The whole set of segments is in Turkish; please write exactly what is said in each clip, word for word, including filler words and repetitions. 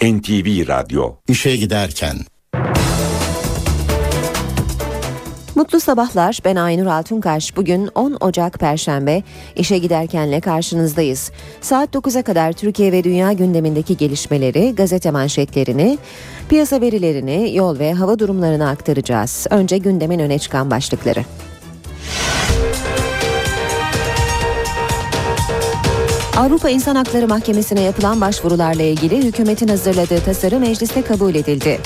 N T V Radyo. İşe giderken. Mutlu sabahlar, ben Aynur Altunkaş. Bugün on Ocak Perşembe, işe giderkenle karşınızdayız. Saat dokuza kadar Türkiye ve dünya gündemindeki gelişmeleri, gazete manşetlerini, piyasa verilerini, yol ve hava durumlarını aktaracağız. Önce gündemin öne çıkan başlıkları. Avrupa İnsan Hakları Mahkemesi'ne yapılan başvurularla ilgili hükümetin hazırladığı tasarı mecliste kabul edildi.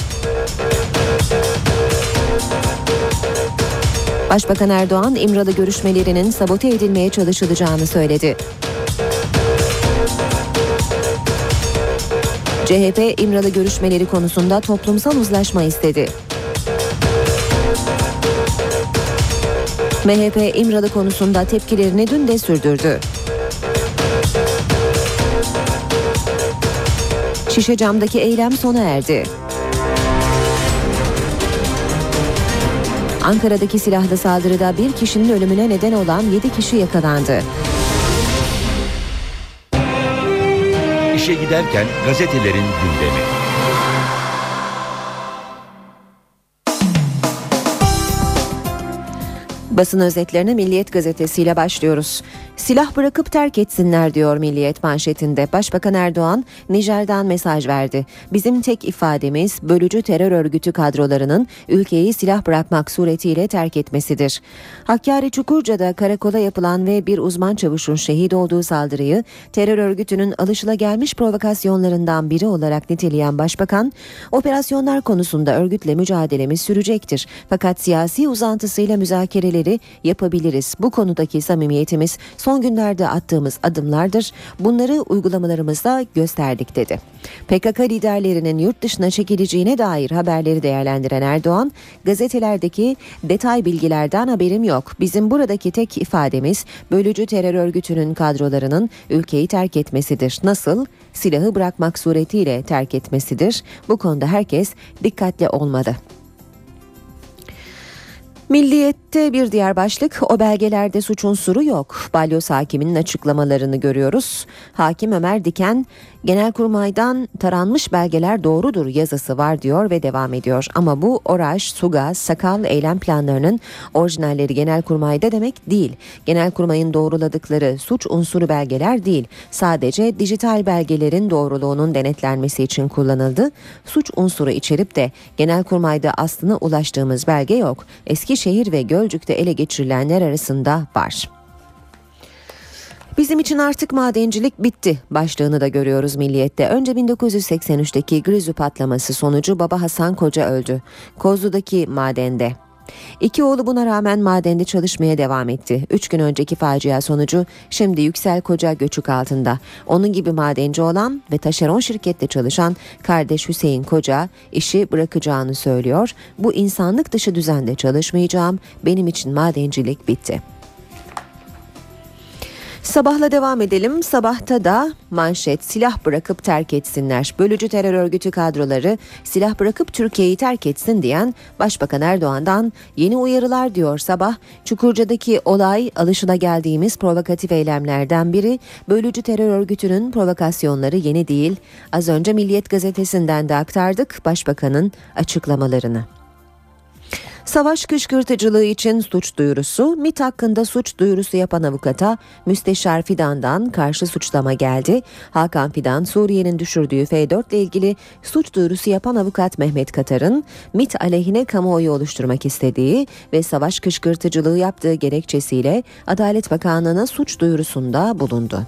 Başbakan Erdoğan, İmralı görüşmelerinin sabote edilmeye çalışılacağını söyledi. C H P, İmralı görüşmeleri konusunda toplumsal uzlaşma istedi. M H P, İmralı konusunda tepkilerini dün de sürdürdü. Şişecam'daki eylem sona erdi. Ankara'daki silahlı saldırıda bir kişinin ölümüne neden olan yedi kişi yakalandı. İşe giderken gazetelerin gündemi. Basın özetlerine Milliyet gazetesiyle başlıyoruz. Silah bırakıp terk etsinler diyor Milliyet manşetinde. Başbakan Erdoğan Nijer'den mesaj verdi. Bizim tek ifademiz bölücü terör örgütü kadrolarının ülkeyi silah bırakmak suretiyle terk etmesidir. Hakkari Çukurca'da karakola yapılan ve bir uzman çavuşun şehit olduğu saldırıyı terör örgütünün alışılagelmiş provokasyonlarından biri olarak niteleyen Başbakan, operasyonlar konusunda örgütle mücadelemiz sürecektir. Fakat siyasi uzantısıyla müzakereleri yapabiliriz. Bu konudaki samimiyetimiz son günlerde attığımız adımlardır. Bunları uygulamalarımızda gösterdik dedi. P K K liderlerinin yurt dışına çekileceğine dair haberleri değerlendiren Erdoğan, gazetelerdeki detay bilgilerden haberim yok. Bizim buradaki tek ifademiz bölücü terör örgütünün kadrolarının ülkeyi terk etmesidir. Nasıl? Silahı bırakmak suretiyle terk etmesidir. Bu konuda herkes dikkatli olmalı. Milliyet'te bir diğer başlık, o belgelerde suç unsuru yok. Balyoz hakiminin açıklamalarını görüyoruz. Hakim Ömer Diken, Genelkurmay'dan taranmış belgeler doğrudur yazısı var diyor ve devam ediyor. Ama bu Oraş, Sugaz, Sakal eylem planlarının orijinalleri Genelkurmay'da demek değil. Genelkurmay'ın doğruladıkları suç unsuru belgeler değil. Sadece dijital belgelerin doğruluğunun denetlenmesi için kullanıldı. Suç unsuru içerip de Genelkurmay'da aslına ulaştığımız belge yok. Eskişehir ve Gölcük'te ele geçirilenler arasında var. Bizim için artık madencilik bitti başlığını da görüyoruz Milliyet'te. Önce bin dokuz yüz seksen üçteki Grizu patlaması sonucu baba Hasan Koca öldü. Kozlu'daki madende. İki oğlu buna rağmen madende çalışmaya devam etti. Üç gün önceki facia sonucu şimdi Yüksel Koca göçük altında. Onun gibi madenci olan ve taşeron şirkette çalışan kardeş Hüseyin Koca işi bırakacağını söylüyor. Bu insanlık dışı düzende çalışmayacağım. Benim için madencilik bitti. Sabahla devam edelim. Sabahta da manşet, silah bırakıp terk etsinler. Bölücü terör örgütü kadroları silah bırakıp Türkiye'yi terk etsin diyen Başbakan Erdoğan'dan yeni uyarılar diyor Sabah. Çukurca'daki olay alışılageldiğimiz provokatif eylemlerden biri. Bölücü terör örgütünün provokasyonları yeni değil. Az önce Milliyet gazetesinden de aktardık Başbakanın açıklamalarını. Savaş kışkırtıcılığı için suç duyurusu, MİT hakkında suç duyurusu yapan avukata Müsteşar Fidan'dan karşı suçlama geldi. Hakan Fidan, Suriye'nin düşürdüğü F dört ile ilgili suç duyurusu yapan avukat Mehmet Katar'ın MİT aleyhine kamuoyu oluşturmak istediği ve savaş kışkırtıcılığı yaptığı gerekçesiyle Adalet Bakanlığı'na suç duyurusunda bulundu.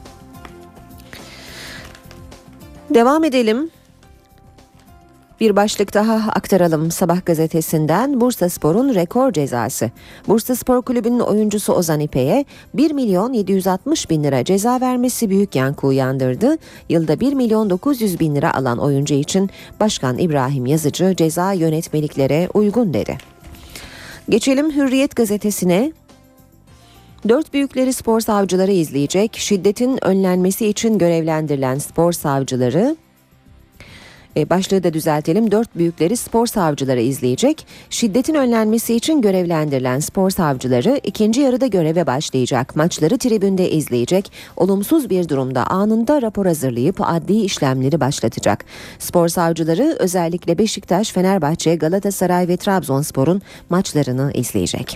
Devam edelim. Bir başlık daha aktaralım Sabah gazetesinden. Bursaspor'un rekor cezası. Bursaspor Kulübü'nün oyuncusu Ozan İpek'e bir milyon yedi yüz altmış bin lira ceza vermesi büyük yankı uyandırdı. Yılda bir milyon dokuz yüz bin lira alan oyuncu için Başkan İbrahim Yazıcı ceza yönetmeliklere uygun dedi. Geçelim Hürriyet gazetesine. Dört büyükleri spor savcıları izleyecek. Şiddetin önlenmesi için görevlendirilen spor savcıları E, başlığı da düzeltelim. Dört büyükleri spor savcıları izleyecek. Şiddetin önlenmesi için görevlendirilen spor savcıları ikinci yarıda göreve başlayacak. Maçları tribünde izleyecek. Olumsuz bir durumda anında rapor hazırlayıp adli işlemleri başlatacak. Spor savcıları özellikle Beşiktaş, Fenerbahçe, Galatasaray ve Trabzonspor'un maçlarını izleyecek.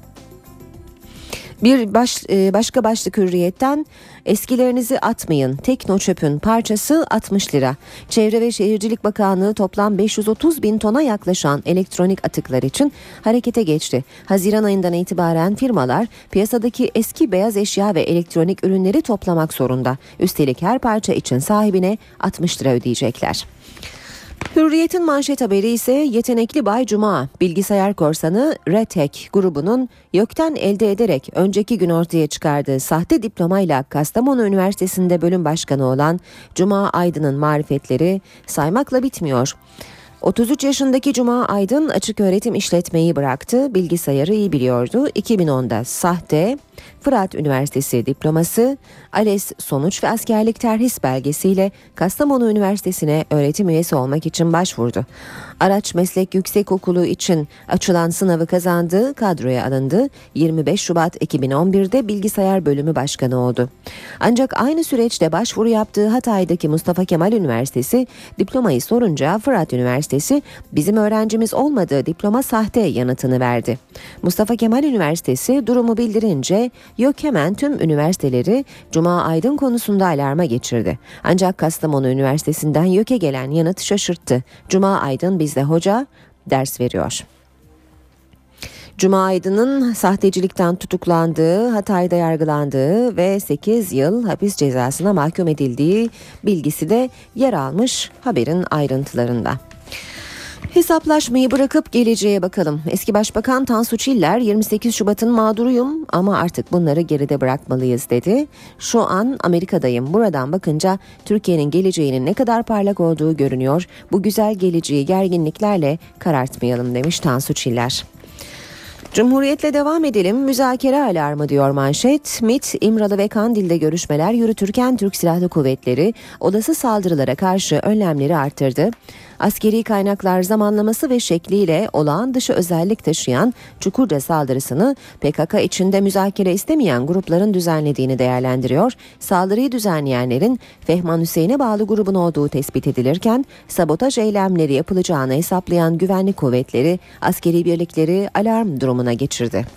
Bir baş, başka başlık Hürriyet'ten, eskilerinizi atmayın, Tekno Çöp'ün parçası altmış lira. Çevre ve Şehircilik Bakanlığı toplam beş yüz otuz bin tona yaklaşan elektronik atıklar için harekete geçti. Haziran ayından itibaren firmalar piyasadaki eski beyaz eşya ve elektronik ürünleri toplamak zorunda. Üstelik her parça için sahibine altmış lira ödeyecekler. Hürriyet'in manşet haberi ise yetenekli Bay Cuma, bilgisayar korsanı Retek grubunun YÖK'ten elde ederek önceki gün ortaya çıkardığı sahte diplomayla Kastamonu Üniversitesi'nde bölüm başkanı olan Cuma Aydın'ın marifetleri saymakla bitmiyor. otuz üç yaşındaki Cuma Aydın açık öğretim işletmeyi bıraktı, bilgisayarı iyi biliyordu. iki bin onda sahte Fırat Üniversitesi diploması, ALES sonuç ve askerlik terhis belgesiyle Kastamonu Üniversitesi'ne öğretim üyesi olmak için başvurdu. Araç Meslek Yüksekokulu için açılan sınavı kazandı, kadroya alındı. yirmi beş Şubat iki bin on birde bilgisayar bölümü başkanı oldu. Ancak aynı süreçte başvuru yaptığı Hatay'daki Mustafa Kemal Üniversitesi diplomayı sorunca Fırat Üniversitesi bizim öğrencimiz olmadığı, diploma sahte yanıtını verdi. Mustafa Kemal Üniversitesi durumu bildirince YÖK hemen tüm üniversiteleri Cuma Aydın konusunda alarma geçirdi. Ancak Kastamonu Üniversitesi'nden YÖK'e gelen yanıt şaşırttı. Cuma Aydın bizde hoca, ders veriyor. Cuma Aydın'ın sahtecilikten tutuklandığı, Hatay'da yargılandığı ve sekiz yıl hapis cezasına mahkum edildiği bilgisi de yer almış haberin ayrıntılarında. Hesaplaşmayı bırakıp geleceğe bakalım. Eski Başbakan Tansu Çiller yirmi sekiz Şubat'ın mağduruyum ama artık bunları geride bırakmalıyız dedi. Şu an Amerika'dayım. Buradan bakınca Türkiye'nin geleceğinin ne kadar parlak olduğu görünüyor. Bu güzel geleceği gerginliklerle karartmayalım demiş Tansu Çiller. Cumhuriyet'le devam edelim. Müzakere alarmı diyor manşet. MİT, İmralı ve Kandil'de görüşmeler yürütürken Türk Silahlı Kuvvetleri olası saldırılara karşı önlemleri arttırdı. Askeri kaynaklar zamanlaması ve şekliyle olağan dışı özellik taşıyan Çukurca saldırısını P K K içinde müzakere istemeyen grupların düzenlediğini değerlendiriyor. Saldırıyı düzenleyenlerin Fehman Hüseyin'e bağlı grubun olduğu tespit edilirken sabotaj eylemleri yapılacağını hesaplayan güvenlik kuvvetleri askeri birlikleri alarm durumuna geçirdi.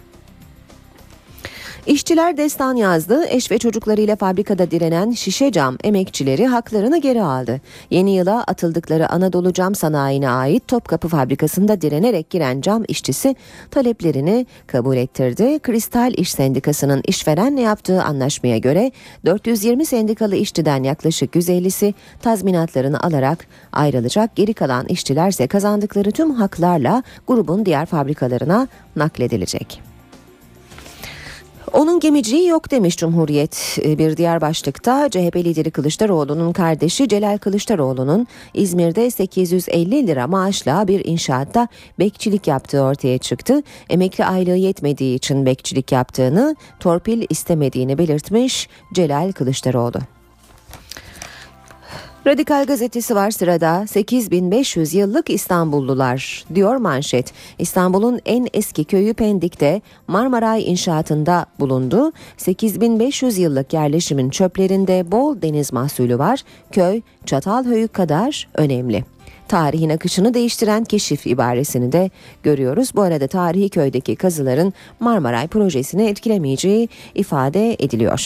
İşçiler destan yazdı. Eş ve çocuklarıyla fabrikada direnen şişe cam emekçileri haklarını geri aldı. Yeni yıla atıldıkları Anadolu Cam Sanayi'ne ait Topkapı fabrikasında direnerek giren cam işçisi taleplerini kabul ettirdi. Kristal İş Sendikası'nın işverenle yaptığı anlaşmaya göre dört yüz yirmi sendikalı işçiden yaklaşık yüz ellisi tazminatlarını alarak ayrılacak. Geri kalan işçilerse kazandıkları tüm haklarla grubun diğer fabrikalarına nakledilecek. Onun gemiciği yok demiş Cumhuriyet. Bir diğer başlıkta C H P lideri Kılıçdaroğlu'nun kardeşi Celal Kılıçdaroğlu'nun İzmir'de sekiz yüz elli lira maaşla bir inşaatta bekçilik yaptığı ortaya çıktı. Emekli aylığı yetmediği için bekçilik yaptığını, torpil istemediğini belirtmiş Celal Kılıçdaroğlu. Radikal gazetesi var sırada. sekiz bin beş yüz yıllık İstanbullular diyor manşet. İstanbul'un en eski köyü Pendik'te Marmaray inşaatında bulundu. sekiz bin beş yüz yıllık yerleşimin çöplerinde bol deniz mahsulü var. Köy Çatalhöyük kadar önemli. Tarihin akışını değiştiren keşif ibaresini de görüyoruz. Bu arada tarihi köydeki kazıların Marmaray projesini etkilemeyeceği ifade ediliyor.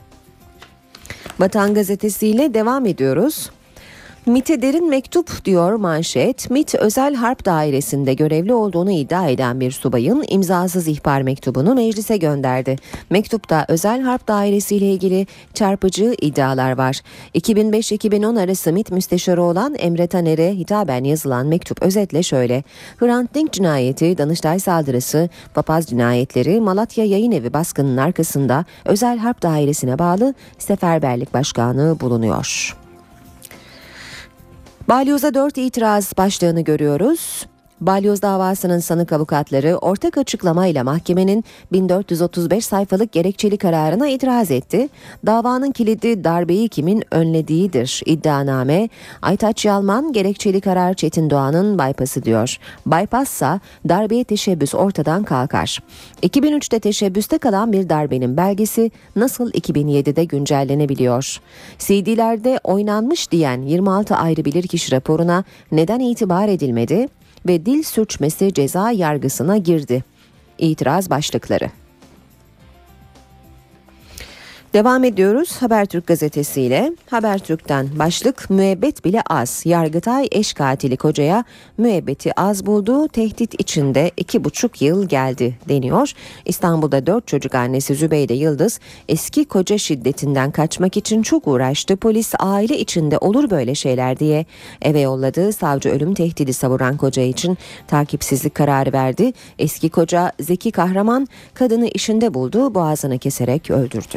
Vatan gazetesiyle devam ediyoruz. MİT'e derin mektup diyor manşet. MİT özel harp dairesinde görevli olduğunu iddia eden bir subayın imzasız ihbar mektubunu meclise gönderdi. Mektupta özel harp dairesiyle ilgili çarpıcı iddialar var. iki bin beş iki bin on arası MİT müsteşarı olan Emre Taner'e hitaben yazılan mektup özetle şöyle. Hrant Dink cinayeti, Danıştay saldırısı, papaz cinayetleri, Malatya Yayınevi baskının arkasında özel harp dairesine bağlı seferberlik başkanı bulunuyor. Balyoza dört itiraz başlığını görüyoruz. Balyoz davasının sanık avukatları ortak açıklamayla mahkemenin bin dört yüz otuz beş sayfalık gerekçeli kararına itiraz etti. Davanın kilidi darbeyi kimin önlediğidir iddianame. Aytaç Yalman gerekçeli karar Çetin Doğan'ın bypass'ı diyor. Bypass'sa darbeye teşebbüs ortadan kalkar. iki bin üçte teşebbüste kalan bir darbenin belgesi nasıl iki bin yedide güncellenebiliyor? C D'lerde oynanmış diyen yirmi altı ayrı bilirkişi raporuna neden itibar edilmedi ve dil sürçmesi ceza yargısına girdi? İtiraz başlıkları. Devam ediyoruz Habertürk gazetesiyle. Habertürk'ten başlık müebbet bile az. Yargıtay eş katili kocaya müebbeti az buldu. Tehdit içinde iki buçuk yıl geldi deniyor. İstanbul'da dört çocuk annesi Zübeyde Yıldız eski koca şiddetinden kaçmak için çok uğraştı. Polis aile içinde olur böyle şeyler diye eve yolladı. Savcı ölüm tehdidi savuran koca için takipsizlik kararı verdi. Eski koca Zeki Kahraman kadını işinde buldu. Boğazını keserek öldürdü.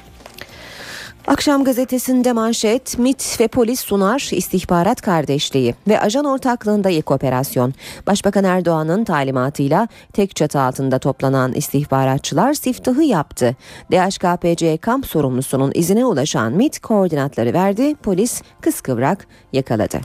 Akşam gazetesinde manşet MİT ve polis sunar istihbarat kardeşliği ve ajan ortaklığında ilk operasyon. Başbakan Erdoğan'ın talimatıyla tek çatı altında toplanan istihbaratçılar siftahı yaptı. D H K P C kamp sorumlusunun izine ulaşan MİT koordinatları verdi. Polis kıskıvrak yakaladı.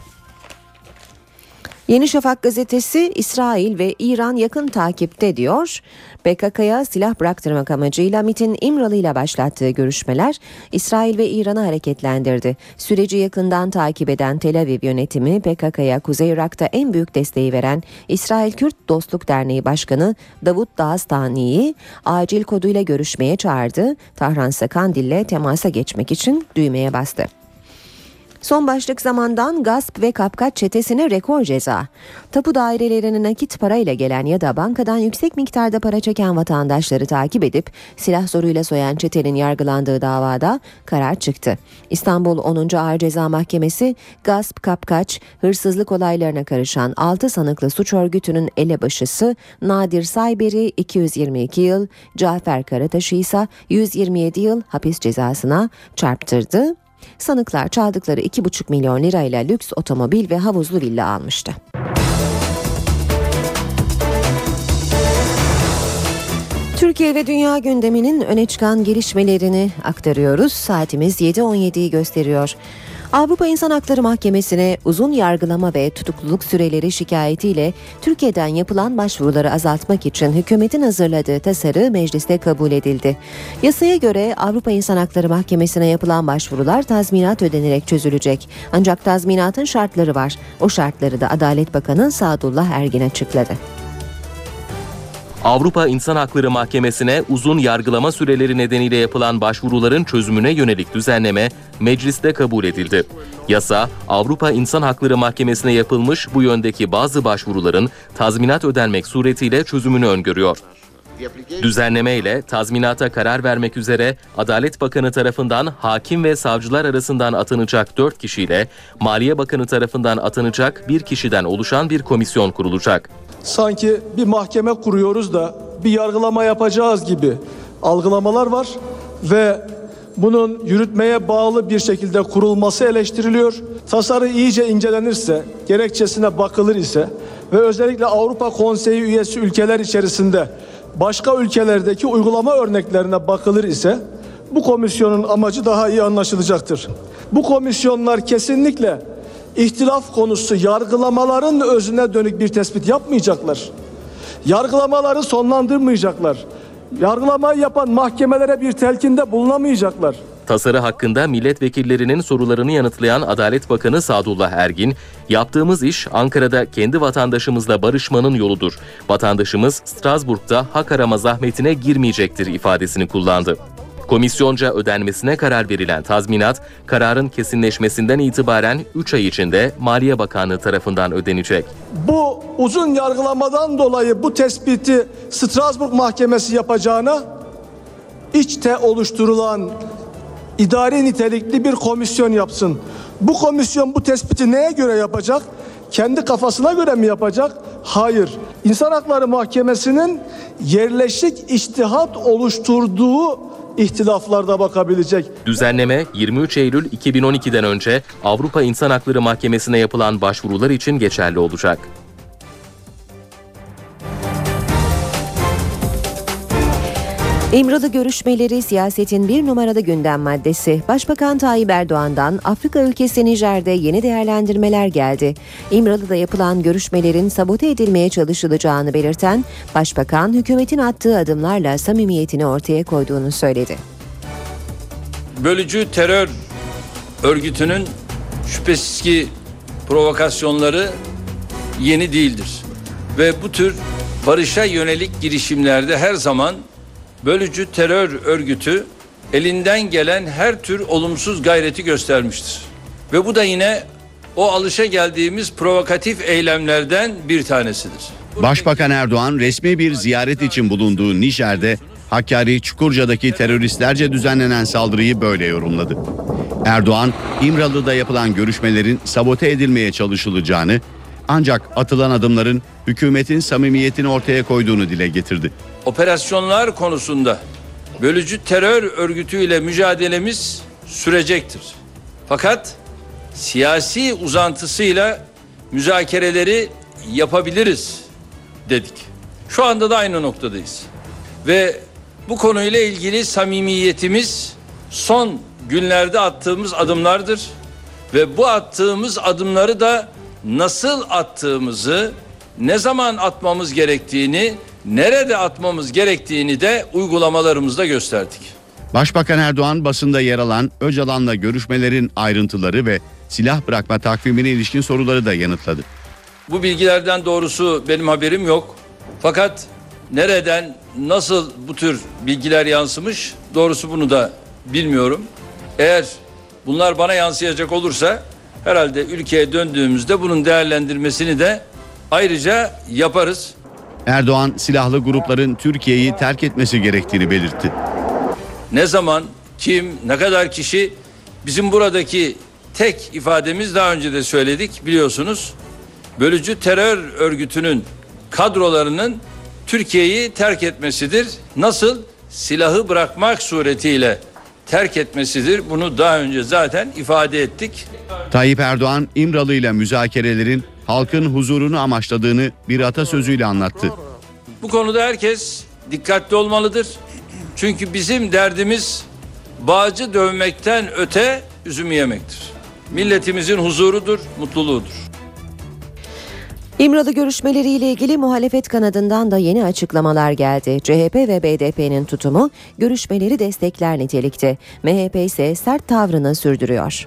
Yeni Şafak gazetesi İsrail ve İran yakın takipte diyor. P K K'ya silah bıraktırmak amacıyla MİT'in İmralı ile başlattığı görüşmeler İsrail ve İran'ı hareketlendirdi. Süreci yakından takip eden Tel Aviv yönetimi P K K'ya Kuzey Irak'ta en büyük desteği veren İsrail Kürt Dostluk Derneği Başkanı Davut Dağıstani'yi acil koduyla görüşmeye çağırdı. Tahran'sa Kandil'le temasa geçmek için düğmeye bastı. Son başlık zamandan gasp ve kapkaç çetesine rekor ceza. Tapu dairelerine nakit parayla gelen ya da bankadan yüksek miktarda para çeken vatandaşları takip edip silah zoruyla soyan çetenin yargılandığı davada karar çıktı. İstanbul onuncu Ağır Ceza Mahkemesi gasp, kapkaç, hırsızlık olaylarına karışan altı sanıklı suç örgütünün elebaşısı Nadir Sayber'i iki yüz yirmi iki yıl, Cafer Karataş'ı ise yüz yirmi yedi yıl hapis cezasına çarptırdı. Sanıklar çaldıkları iki buçuk milyon lirayla lüks otomobil ve havuzlu villa almıştı. Türkiye ve dünya gündeminin öne çıkan gelişmelerini aktarıyoruz. Saatimiz yedi on yediyi gösteriyor. Avrupa İnsan Hakları Mahkemesi'ne uzun yargılama ve tutukluluk süreleri şikayetiyle Türkiye'den yapılan başvuruları azaltmak için hükümetin hazırladığı tasarı mecliste kabul edildi. Yasaya göre Avrupa İnsan Hakları Mahkemesi'ne yapılan başvurular tazminat ödenerek çözülecek. Ancak tazminatın şartları var. O şartları da Adalet Bakanı Sadullah Ergin açıkladı. Avrupa İnsan Hakları Mahkemesi'ne uzun yargılama süreleri nedeniyle yapılan başvuruların çözümüne yönelik düzenleme mecliste kabul edildi. Yasa, Avrupa İnsan Hakları Mahkemesi'ne yapılmış bu yöndeki bazı başvuruların tazminat ödenmek suretiyle çözümünü öngörüyor. Düzenleme ile tazminata karar vermek üzere Adalet Bakanı tarafından hakim ve savcılar arasından atanacak dört kişiyle Maliye Bakanı tarafından atanacak bir kişiden oluşan bir komisyon kurulacak. Sanki bir mahkeme kuruyoruz da bir yargılama yapacağız gibi algılamalar var ve bunun yürütmeye bağlı bir şekilde kurulması eleştiriliyor. Tasarı iyice incelenirse, gerekçesine bakılır ise ve özellikle Avrupa Konseyi üyesi ülkeler içerisinde başka ülkelerdeki uygulama örneklerine bakılır ise bu komisyonun amacı daha iyi anlaşılacaktır. Bu komisyonlar kesinlikle ihtilaf konusu yargılamaların özüne dönük bir tespit yapmayacaklar. Yargılamaları sonlandırmayacaklar. Yargılamayı yapan mahkemelere bir telkinde bulunamayacaklar. Tasarı hakkında milletvekillerinin sorularını yanıtlayan Adalet Bakanı Sadullah Ergin, "Yaptığımız iş Ankara'da kendi vatandaşımızla barışmanın yoludur. Vatandaşımız Strasbourg'da hak arama zahmetine girmeyecektir" ifadesini kullandı. Komisyonca ödenmesine karar verilen tazminat, kararın kesinleşmesinden itibaren üç ay içinde Maliye Bakanlığı tarafından ödenecek. Bu uzun yargılamadan dolayı bu tespiti Strasbourg Mahkemesi yapacağına içte oluşturulan idari nitelikli bir komisyon yapsın. Bu komisyon bu tespiti neye göre yapacak? Kendi kafasına göre mi yapacak? Hayır. İnsan Hakları Mahkemesi'nin yerleşik içtihat oluşturduğu ihtilaflarda bakabilecek. Düzenleme yirmi üç Eylül iki bin on iki'den önce Avrupa İnsan Hakları Mahkemesi'ne yapılan başvurular için geçerli olacak. İmralı görüşmeleri siyasetin bir numaralı gündem maddesi. Başbakan Tayyip Erdoğan'dan Afrika ülkesi Nijer'de yeni değerlendirmeler geldi. İmralı'da yapılan görüşmelerin sabote edilmeye çalışılacağını belirten Başbakan, hükümetin attığı adımlarla samimiyetini ortaya koyduğunu söyledi. Bölücü terör örgütünün şüphesiz ki provokasyonları yeni değildir. Ve bu tür barışa yönelik girişimlerde her zaman bölücü terör örgütü elinden gelen her tür olumsuz gayreti göstermiştir. Ve bu da yine o alışa geldiğimiz provokatif eylemlerden bir tanesidir. Başbakan Erdoğan resmi bir ziyaret için bulunduğu Nijer'de Hakkari Çukurca'daki teröristlerce düzenlenen saldırıyı böyle yorumladı. Erdoğan, İmralı'da yapılan görüşmelerin sabote edilmeye çalışılacağını, ancak atılan adımların hükümetin samimiyetini ortaya koyduğunu dile getirdi. Operasyonlar konusunda bölücü terör örgütüyle mücadelemiz sürecektir. Fakat siyasi uzantısıyla müzakereleri yapabiliriz dedik. Şu anda da aynı noktadayız. Ve bu konuyla ilgili samimiyetimiz son günlerde attığımız adımlardır. Ve bu attığımız adımları da nasıl attığımızı, ne zaman atmamız gerektiğini, nerede atmamız gerektiğini de uygulamalarımızda gösterdik. Başbakan Erdoğan basında yer alan Öcalan'la görüşmelerin ayrıntıları ve silah bırakma takvimine ilişkin soruları da yanıtladı. Bu bilgilerden doğrusu benim haberim yok. Fakat nereden, nasıl bu tür bilgiler yansımış, doğrusu bunu da bilmiyorum. Eğer bunlar bana yansıyacak olursa herhalde ülkeye döndüğümüzde bunun değerlendirmesini de ayrıca yaparız. Erdoğan, silahlı grupların Türkiye'yi terk etmesi gerektiğini belirtti. Ne zaman, kim, ne kadar kişi, bizim buradaki tek ifademiz, daha önce de söyledik biliyorsunuz, bölücü terör örgütünün kadrolarının Türkiye'yi terk etmesidir. Nasıl? Silahı bırakmak suretiyle terk etmesidir. Bunu daha önce zaten ifade ettik. Tayyip Erdoğan, İmralı ile müzakerelerin halkın huzurunu amaçladığını bir atasözüyle anlattı. Bu konuda herkes dikkatli olmalıdır. Çünkü bizim derdimiz bağcı dövmekten öte üzüm yemektir. Milletimizin huzurudur, mutluluğudur. İmralı görüşmeleriyle ilgili muhalefet kanadından da yeni açıklamalar geldi. C H P ve B D P'nin tutumu görüşmeleri destekler nitelikte. M H P ise sert tavrını sürdürüyor.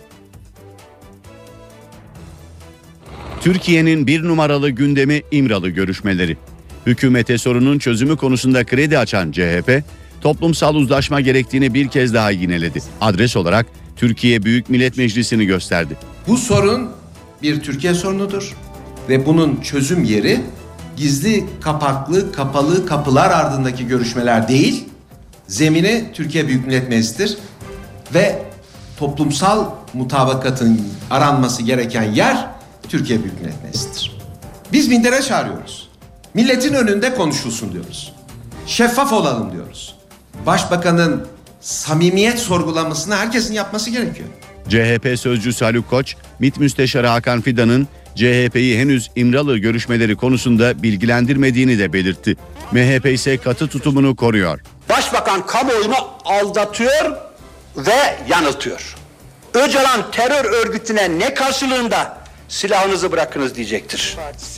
Türkiye'nin bir numaralı gündemi İmralı görüşmeleri. Hükümete sorunun çözümü konusunda kredi açan C H P, toplumsal uzlaşma gerektiğini bir kez daha yineledi. Adres olarak Türkiye Büyük Millet Meclisi'ni gösterdi. Bu sorun bir Türkiye sorunudur ve bunun çözüm yeri gizli, kapaklı, kapalı kapılar ardındaki görüşmeler değil, zemini Türkiye Büyük Millet Meclisi'dir ve toplumsal mutabakatın aranması gereken yer Türkiye Büyük Millet Meclisi'dir. Biz mindere çağırıyoruz. Milletin önünde konuşulsun diyoruz. Şeffaf olalım diyoruz. Başbakanın samimiyet sorgulamasını herkesin yapması gerekiyor. C H P sözcüsü Haluk Koç, MİT Müsteşarı Hakan Fidan'ın C H P'yi henüz İmralı görüşmeleri konusunda bilgilendirmediğini de belirtti. M H P ise katı tutumunu koruyor. Başbakan kamuoyunu aldatıyor ve yanıltıyor. Öcalan terör örgütüne ne karşılığında silahınızı bırakınız diyecektir.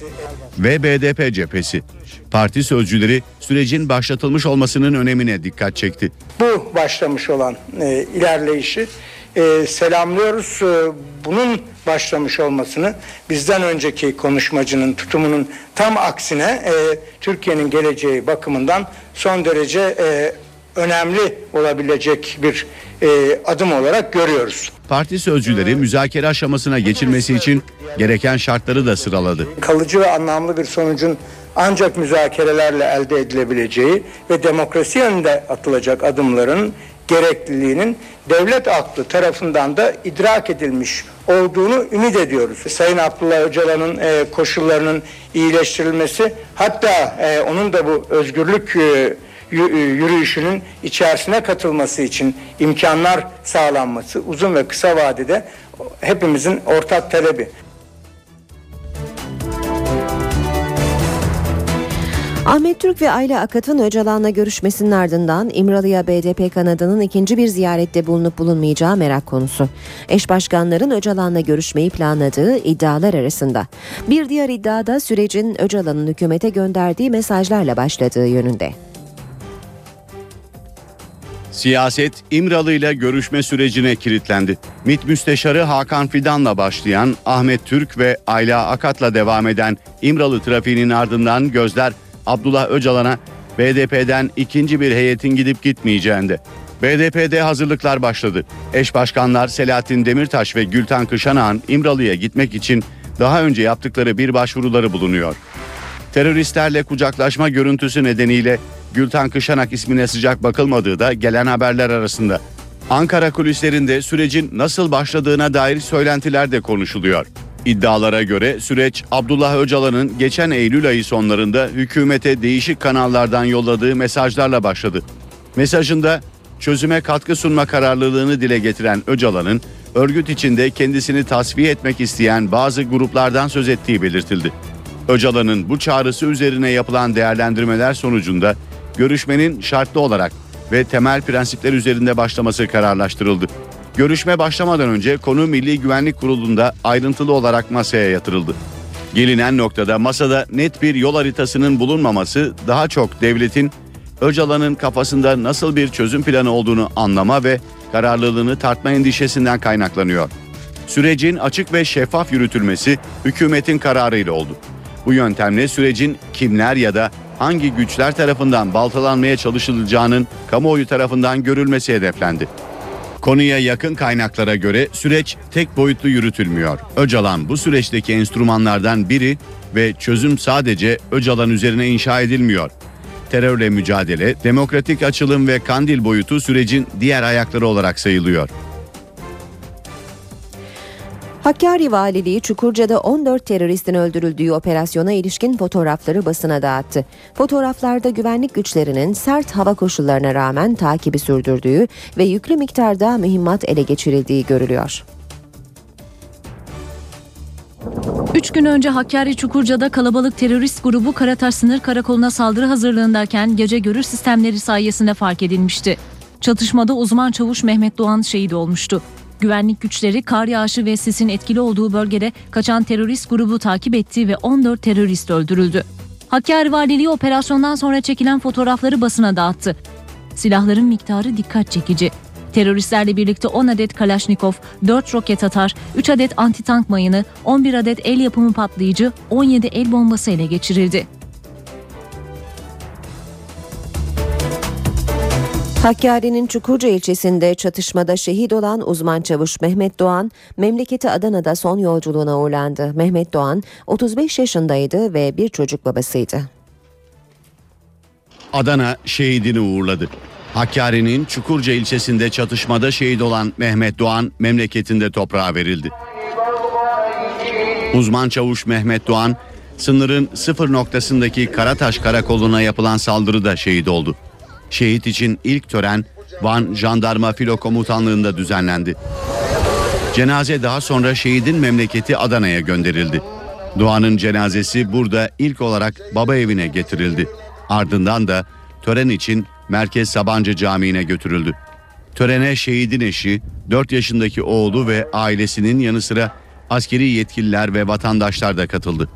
Ve B D P cephesi. Parti sözcüleri sürecin başlatılmış olmasının önemine dikkat çekti. Bu başlamış olan e, ilerleyişi e, selamlıyoruz. E, bunun başlamış olmasını bizden önceki konuşmacının tutumunun tam aksine e, Türkiye'nin geleceği bakımından son derece e, önemli olabilecek bir e, adım olarak görüyoruz. Parti sözcüleri müzakere aşamasına geçilmesi için gereken şartları da sıraladı. Kalıcı ve anlamlı bir sonucun ancak müzakerelerle elde edilebileceği ve demokrasi yönünde atılacak adımların gerekliliğinin devlet aklı tarafından da idrak edilmiş olduğunu ümit ediyoruz. Sayın Abdullah Öcalan'ın e, koşullarının iyileştirilmesi, hatta e, onun da bu özgürlük e, yürüyüşünün içerisine katılması için imkanlar sağlanması uzun ve kısa vadede hepimizin ortak talebi. Ahmet Türk ve Ayla Akat'ın Öcalan'la görüşmesinin ardından İmralı'ya B D P kanadının ikinci bir ziyarette bulunup bulunmayacağı merak konusu. Eş başkanların Öcalan'la görüşmeyi planladığı iddialar arasında. Bir diğer iddiada sürecin Öcalan'ın hükümete gönderdiği mesajlarla başladığı yönünde. Siyaset İmralı ile görüşme sürecine kilitlendi. MİT Müsteşarı Hakan Fidan'la başlayan, Ahmet Türk ve Ayla Akat'la devam eden İmralı trafiğinin ardından gözler Abdullah Öcalan'a B D P'den ikinci bir heyetin gidip gitmeyeceğinde. B D P'de hazırlıklar başladı. Eş başkanlar Selahattin Demirtaş ve Gülten Kışanak'ın İmralı'ya gitmek için daha önce yaptıkları bir başvuruları bulunuyor. Teröristlerle kucaklaşma görüntüsü nedeniyle Gülten Kışanak ismine sıcak bakılmadığı da gelen haberler arasında. Ankara kulislerinde sürecin nasıl başladığına dair söylentiler de konuşuluyor. İddialara göre süreç Abdullah Öcalan'ın geçen Eylül ayı sonlarında hükümete değişik kanallardan yolladığı mesajlarla başladı. Mesajında çözüme katkı sunma kararlılığını dile getiren Öcalan'ın örgüt içinde kendisini tasfiye etmek isteyen bazı gruplardan söz ettiği belirtildi. Öcalan'ın bu çağrısı üzerine yapılan değerlendirmeler sonucunda görüşmenin şartlı olarak ve temel prensipler üzerinde başlaması kararlaştırıldı. Görüşme başlamadan önce konu Milli Güvenlik Kurulu'nda ayrıntılı olarak masaya yatırıldı. Gelinen noktada masada net bir yol haritasının bulunmaması daha çok devletin Öcalan'ın kafasında nasıl bir çözüm planı olduğunu anlama ve kararlılığını tartma endişesinden kaynaklanıyor. Sürecin açık ve şeffaf yürütülmesi hükümetin kararıyla oldu. Bu yöntemle sürecin kimler ya da hangi güçler tarafından baltalanmaya çalışılacağının kamuoyu tarafından görülmesi hedeflendi. Konuya yakın kaynaklara göre süreç tek boyutlu yürütülmüyor. Öcalan bu süreçteki enstrümanlardan biri ve çözüm sadece Öcalan üzerine inşa edilmiyor. Terörle mücadele, demokratik açılım ve Kandil boyutu sürecin diğer ayakları olarak sayılıyor. Hakkari Valiliği Çukurca'da on dört teröristin öldürüldüğü operasyona ilişkin fotoğrafları basına dağıttı. Fotoğraflarda güvenlik güçlerinin sert hava koşullarına rağmen takibi sürdürdüğü ve yüklü miktarda mühimmat ele geçirildiği görülüyor. Üç gün önce Hakkari Çukurca'da kalabalık terörist grubu Karataş Sınır Karakolu'na saldırı hazırlığındayken gece görüş sistemleri sayesinde fark edilmişti. Çatışmada uzman çavuş Mehmet Doğan şehit olmuştu. Güvenlik güçleri kar yağışı ve sisin etkili olduğu bölgede kaçan terörist grubu takip etti ve on dört terörist öldürüldü. Hakkari Valiliği operasyondan sonra çekilen fotoğrafları basına dağıttı. Silahların miktarı dikkat çekici. Teröristlerle birlikte on adet Kalaşnikov, dört roket atar, üç adet antitank mayını, on bir adet el yapımı patlayıcı, on yedi el bombası ele geçirildi. Hakkari'nin Çukurca ilçesinde çatışmada şehit olan uzman çavuş Mehmet Doğan, memleketi Adana'da son yolculuğuna uğurlandı. Mehmet Doğan otuz beş yaşındaydı ve bir çocuk babasıydı. Adana şehidini uğurladı. Hakkari'nin Çukurca ilçesinde çatışmada şehit olan Mehmet Doğan memleketinde toprağa verildi. Uzman çavuş Mehmet Doğan, sınırın sıfır noktasındaki Karataş Karakolu'na yapılan saldırıda şehit oldu. Şehit için ilk tören Van Jandarma Filo Komutanlığı'nda düzenlendi. Cenaze daha sonra şehidin memleketi Adana'ya gönderildi. Doğan'ın cenazesi burada ilk olarak baba evine getirildi. Ardından da tören için Merkez Sabancı Camii'ne götürüldü. Törene şehidin eşi, dört yaşındaki oğlu ve ailesinin yanı sıra askeri yetkililer ve vatandaşlar da katıldı.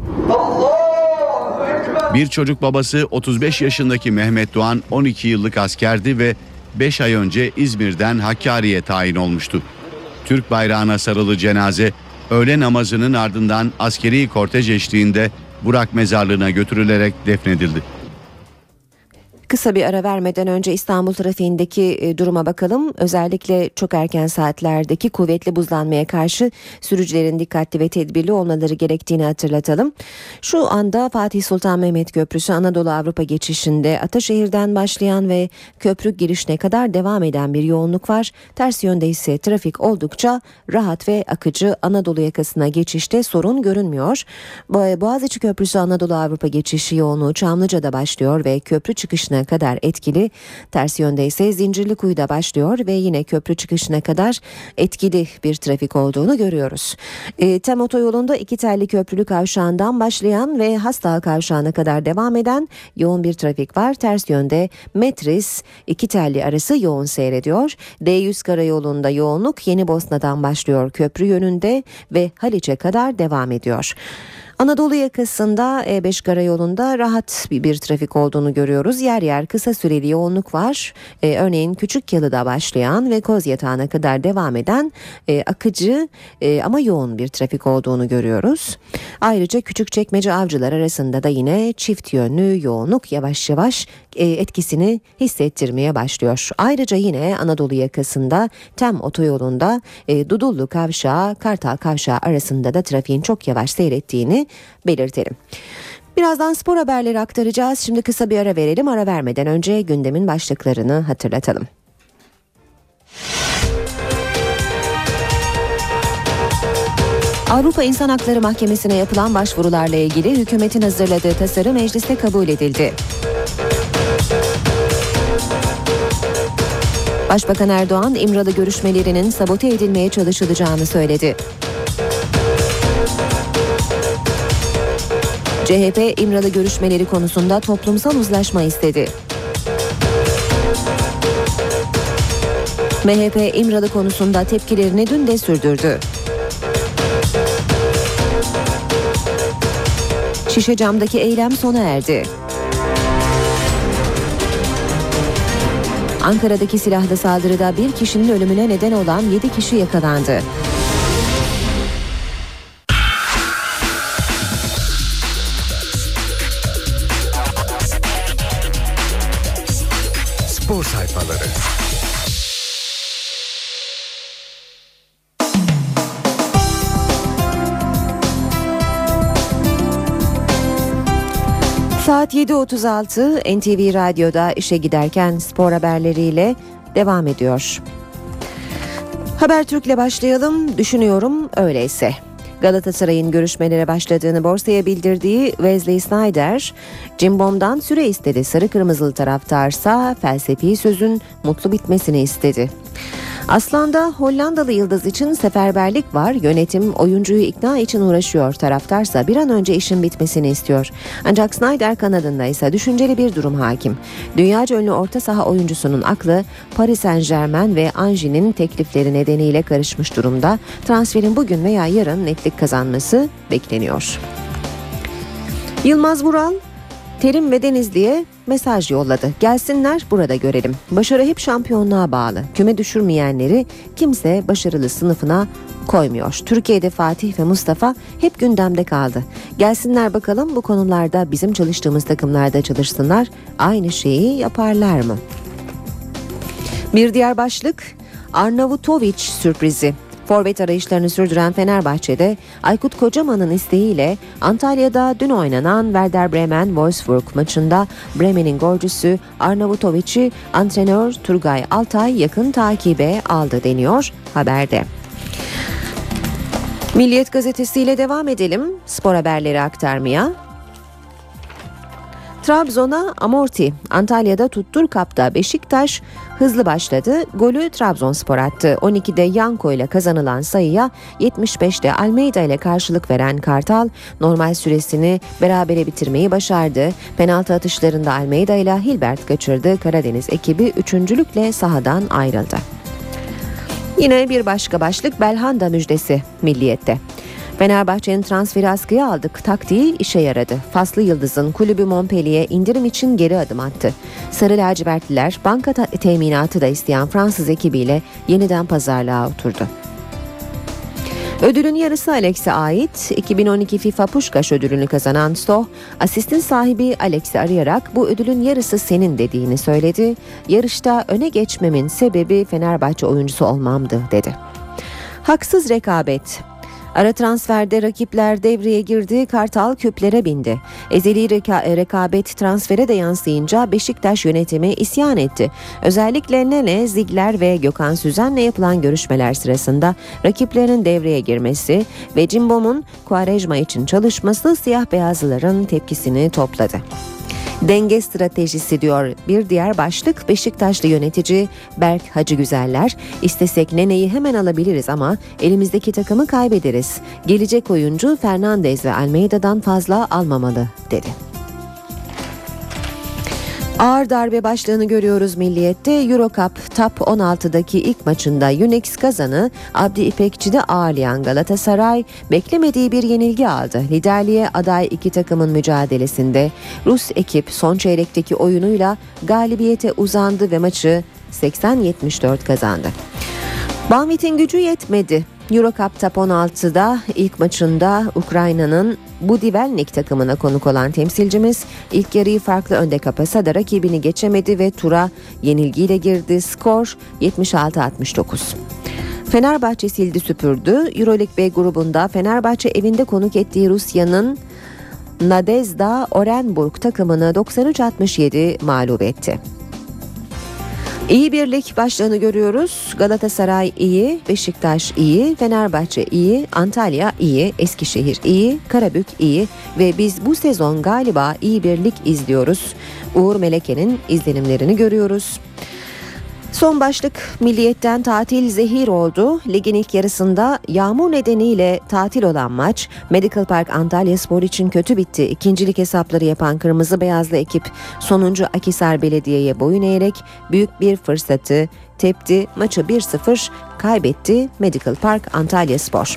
Bir çocuk babası otuz beş yaşındaki Mehmet Doğan on iki yıllık askerdi ve beş ay önce İzmir'den Hakkari'ye tayin olmuştu. Türk bayrağına sarılı cenaze öğle namazının ardından askeri kortej eşliğinde Burak mezarlığına götürülerek defnedildi. Kısa bir ara vermeden önce İstanbul trafiğindeki duruma bakalım. Özellikle çok erken saatlerdeki kuvvetli buzlanmaya karşı sürücülerin dikkatli ve tedbirli olmaları gerektiğini hatırlatalım. Şu anda Fatih Sultan Mehmet Köprüsü Anadolu Avrupa geçişinde Ataşehir'den başlayan ve köprü girişine kadar devam eden bir yoğunluk var. Ters yönde ise trafik oldukça rahat ve akıcı. Anadolu yakasına geçişte sorun görünmüyor. Boğaziçi Köprüsü Anadolu Avrupa geçişi yoğunluğu Çamlıca'da başlıyor ve köprü çıkışına çıkışına kadar etkili. Ters yönde ise Zincirlikuyu'da başlıyor ve yine köprü çıkışına kadar etkili bir trafik olduğunu görüyoruz. E, Tem otoyolunda iki telli köprülü kavşağından başlayan ve Hastal kavşağına kadar devam eden yoğun bir trafik var. Ters yönde Metris iki telli arası yoğun seyrediyor. D yüz karayolunda yoğunluk Yeni Bosna'dan başlıyor köprü yönünde ve Haliç'e kadar devam ediyor. Anadolu yakasında E beş karayolunda rahat bir, bir trafik olduğunu görüyoruz. Yer yer kısa süreli yoğunluk var. Ee, örneğin Küçükyalı'da başlayan ve Kozyatağı'na kadar devam eden e, akıcı e, ama yoğun bir trafik olduğunu görüyoruz. Ayrıca Küçükçekmece Avcılar arasında da yine çift yönlü yoğunluk yavaş yavaş e, etkisini hissettirmeye başlıyor. Ayrıca yine Anadolu yakasında Tem otoyolunda e, Dudullu Kavşağı Kartal Kavşağı arasında da trafiğin çok yavaş seyrettiğini belirtelim. Birazdan spor haberleri aktaracağız. Şimdi kısa bir ara verelim. Ara vermeden önce gündemin başlıklarını hatırlatalım. Avrupa İnsan Hakları Mahkemesi'ne yapılan başvurularla ilgili hükümetin hazırladığı tasarı mecliste kabul edildi. Başbakan Erdoğan, İmralı görüşmelerinin sabote edilmeye çalışılacağını söyledi. C H P, İmralı görüşmeleri konusunda toplumsal uzlaşma istedi. M H P, İmralı konusunda tepkilerini dün de sürdürdü. Şişecam'daki eylem sona erdi. Ankara'daki silahlı saldırıda bir kişinin ölümüne neden olan yedi kişi yakalandı. Spor sayfaları. Saat yedi otuz altı N T V Radyo'da işe giderken spor haberleriyle devam ediyor. Habertürk'le başlayalım. Düşünüyorum öyleyse. Galatasaray'ın görüşmelere başladığını borsaya bildirdiği Wesley Sneijder, Cimbom'dan süre istedi. Sarı kırmızılı taraftarsa felsefi sözün mutlu bitmesini istedi. Aslan'da Hollandalı yıldız için seferberlik var. Yönetim oyuncuyu ikna için uğraşıyor. Taraftarsa bir an önce işin bitmesini istiyor. Ancak Sneijder kanadında ise düşünceli bir durum hakim. Dünyaca ünlü orta saha oyuncusunun aklı Paris Saint-Germain ve Angie'nin teklifleri nedeniyle karışmış durumda. Transferin bugün veya yarın netlik kazanması bekleniyor. Yılmaz Vural, Terim ve Denizli'ye mesaj yolladı. Gelsinler burada görelim. Başarı hep şampiyonluğa bağlı. Küme düşürmeyenleri kimse başarılı sınıfına koymuyor. Türkiye'de Fatih ve Mustafa hep gündemde kaldı. Gelsinler bakalım bu konularda bizim çalıştığımız takımlarda çalışsınlar. Aynı şeyi yaparlar mı? Bir diğer başlık Arnavutovic sürprizi. Forvet arayışlarını sürdüren Fenerbahçe'de Aykut Kocaman'ın isteğiyle Antalya'da dün oynanan Werder Bremen-Wolfsburg maçında Bremen'in golcüsü Arnavutovic'i antrenör Turgay Altay yakın takibe aldı deniyor haberde. Milliyet gazetesiyle devam edelim spor haberleri aktarmaya. Trabzon'a amorti. Antalya'da Tuttur Cup'ta Beşiktaş hızlı başladı. Golü Trabzonspor attı. on ikide Yanko ile kazanılan sayıya yetmiş beşte Almeida ile karşılık veren Kartal normal süresini berabere bitirmeyi başardı. Penaltı atışlarında Almeida ile Hilbert kaçırdı. Karadeniz ekibi üçüncülükle sahadan ayrıldı. Yine bir başka başlık Belhanda müjdesi Milliyet'te. Fenerbahçe'nin transferi askıya aldık taktiği işe yaradı. Faslı Yıldız'ın kulübü Montpellier'e indirim için geri adım attı. Sarı lacivertliler banka ta- teminatı da isteyen Fransız ekibiyle yeniden pazarlığa oturdu. Ödülün yarısı Alex'e ait. iki bin on iki FIFA Puskás ödülünü kazanan Stoh, asistin sahibi Alex'i arayarak bu ödülün yarısı senin dediğini söyledi. Yarışta öne geçmemin sebebi Fenerbahçe oyuncusu olmamdı dedi. Haksız rekabet. Ara transferde rakipler devreye girdi, Kartal küplere bindi. Ezeli reka- rekabet transfere de yansıyınca Beşiktaş yönetimi isyan etti. Özellikle Nene, Ziegler ve Gökhan Süzen'le yapılan görüşmeler sırasında rakiplerin devreye girmesi ve Cimbom'un Quaresma için çalışması siyah beyazlıların tepkisini topladı. Denge stratejisi diyor bir diğer başlık. Beşiktaşlı yönetici Berk Hacıgüzeller, istesek Nene'yi hemen alabiliriz ama elimizdeki takımı kaybederiz. Gelecek oyuncu Fernandes ve Almeida'dan fazla almamalı dedi. Ağır darbe başlığını görüyoruz Milliyet'te. Eurocup Top on altıdaki ilk maçında Unix Kazan'ı Abdi İpekçi'de ağırlayan Galatasaray beklemediği bir yenilgi aldı. Liderliğe aday iki takımın mücadelesinde Rus ekip son çeyrekteki oyunuyla galibiyete uzandı ve maçı seksen yetmiş dört kazandı. Banvit'in gücü yetmedi. Eurocup Top on altıda ilk maçında Ukrayna'nın Budivelnik takımına konuk olan temsilcimiz ilk yarıyı farklı önde kapasa da rakibini geçemedi ve tura yenilgiyle girdi. Skor yetmiş altı altmış dokuz. Fenerbahçe sildi süpürdü. Euroleague B grubunda Fenerbahçe evinde konuk ettiği Rusya'nın Nadezhda Orenburg takımını doksan üç altmış yedi mağlup etti. İyi birlik başlığını görüyoruz. Galatasaray iyi, Beşiktaş iyi, Fenerbahçe iyi, Antalya iyi, Eskişehir iyi, Karabük iyi ve biz bu sezon galiba iyi birlik izliyoruz. Uğur Meleke'nin izlenimlerini görüyoruz. Son başlık Milliyet'ten tatil zehir oldu. Ligin ilk yarısında yağmur nedeniyle tatil olan maç Medical Park Antalyaspor için kötü bitti. İkincilik hesapları yapan kırmızı beyazlı ekip sonuncu Akhisar Belediye'ye boyun eğerek büyük bir fırsatı tepti. Maçı bir sıfır kaybetti Medical Park Antalyaspor.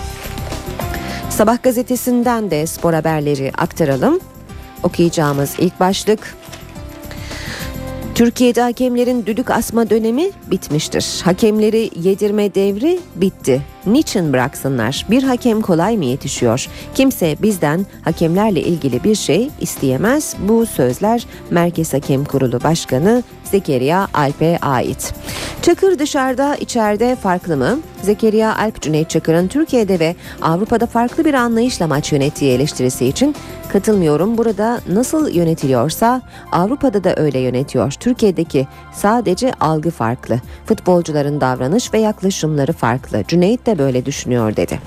Sabah gazetesinden de spor haberleri aktaralım. Okuyacağımız ilk başlık: Türkiye'de hakemlerin düdük asma dönemi bitmiştir. Hakemleri yedirme devri bitti. Niçin bıraksınlar? Bir hakem kolay mı yetişiyor? Kimse bizden hakemlerle ilgili bir şey isteyemez. Bu sözler Merkez Hakem Kurulu Başkanı Zekeriya Alp'e ait. Çakır dışarıda, içeride farklı mı? Zekeriya Alp, Cüneyt Çakır'ın Türkiye'de ve Avrupa'da farklı bir anlayışla maç yönettiği eleştirisi için katılmıyorum. Burada nasıl yönetiliyorsa Avrupa'da da öyle yönetiyor. Türkiye'deki sadece algı farklı. Futbolcuların davranış ve yaklaşımları farklı. Cüneyt de böyle düşünüyor dedi.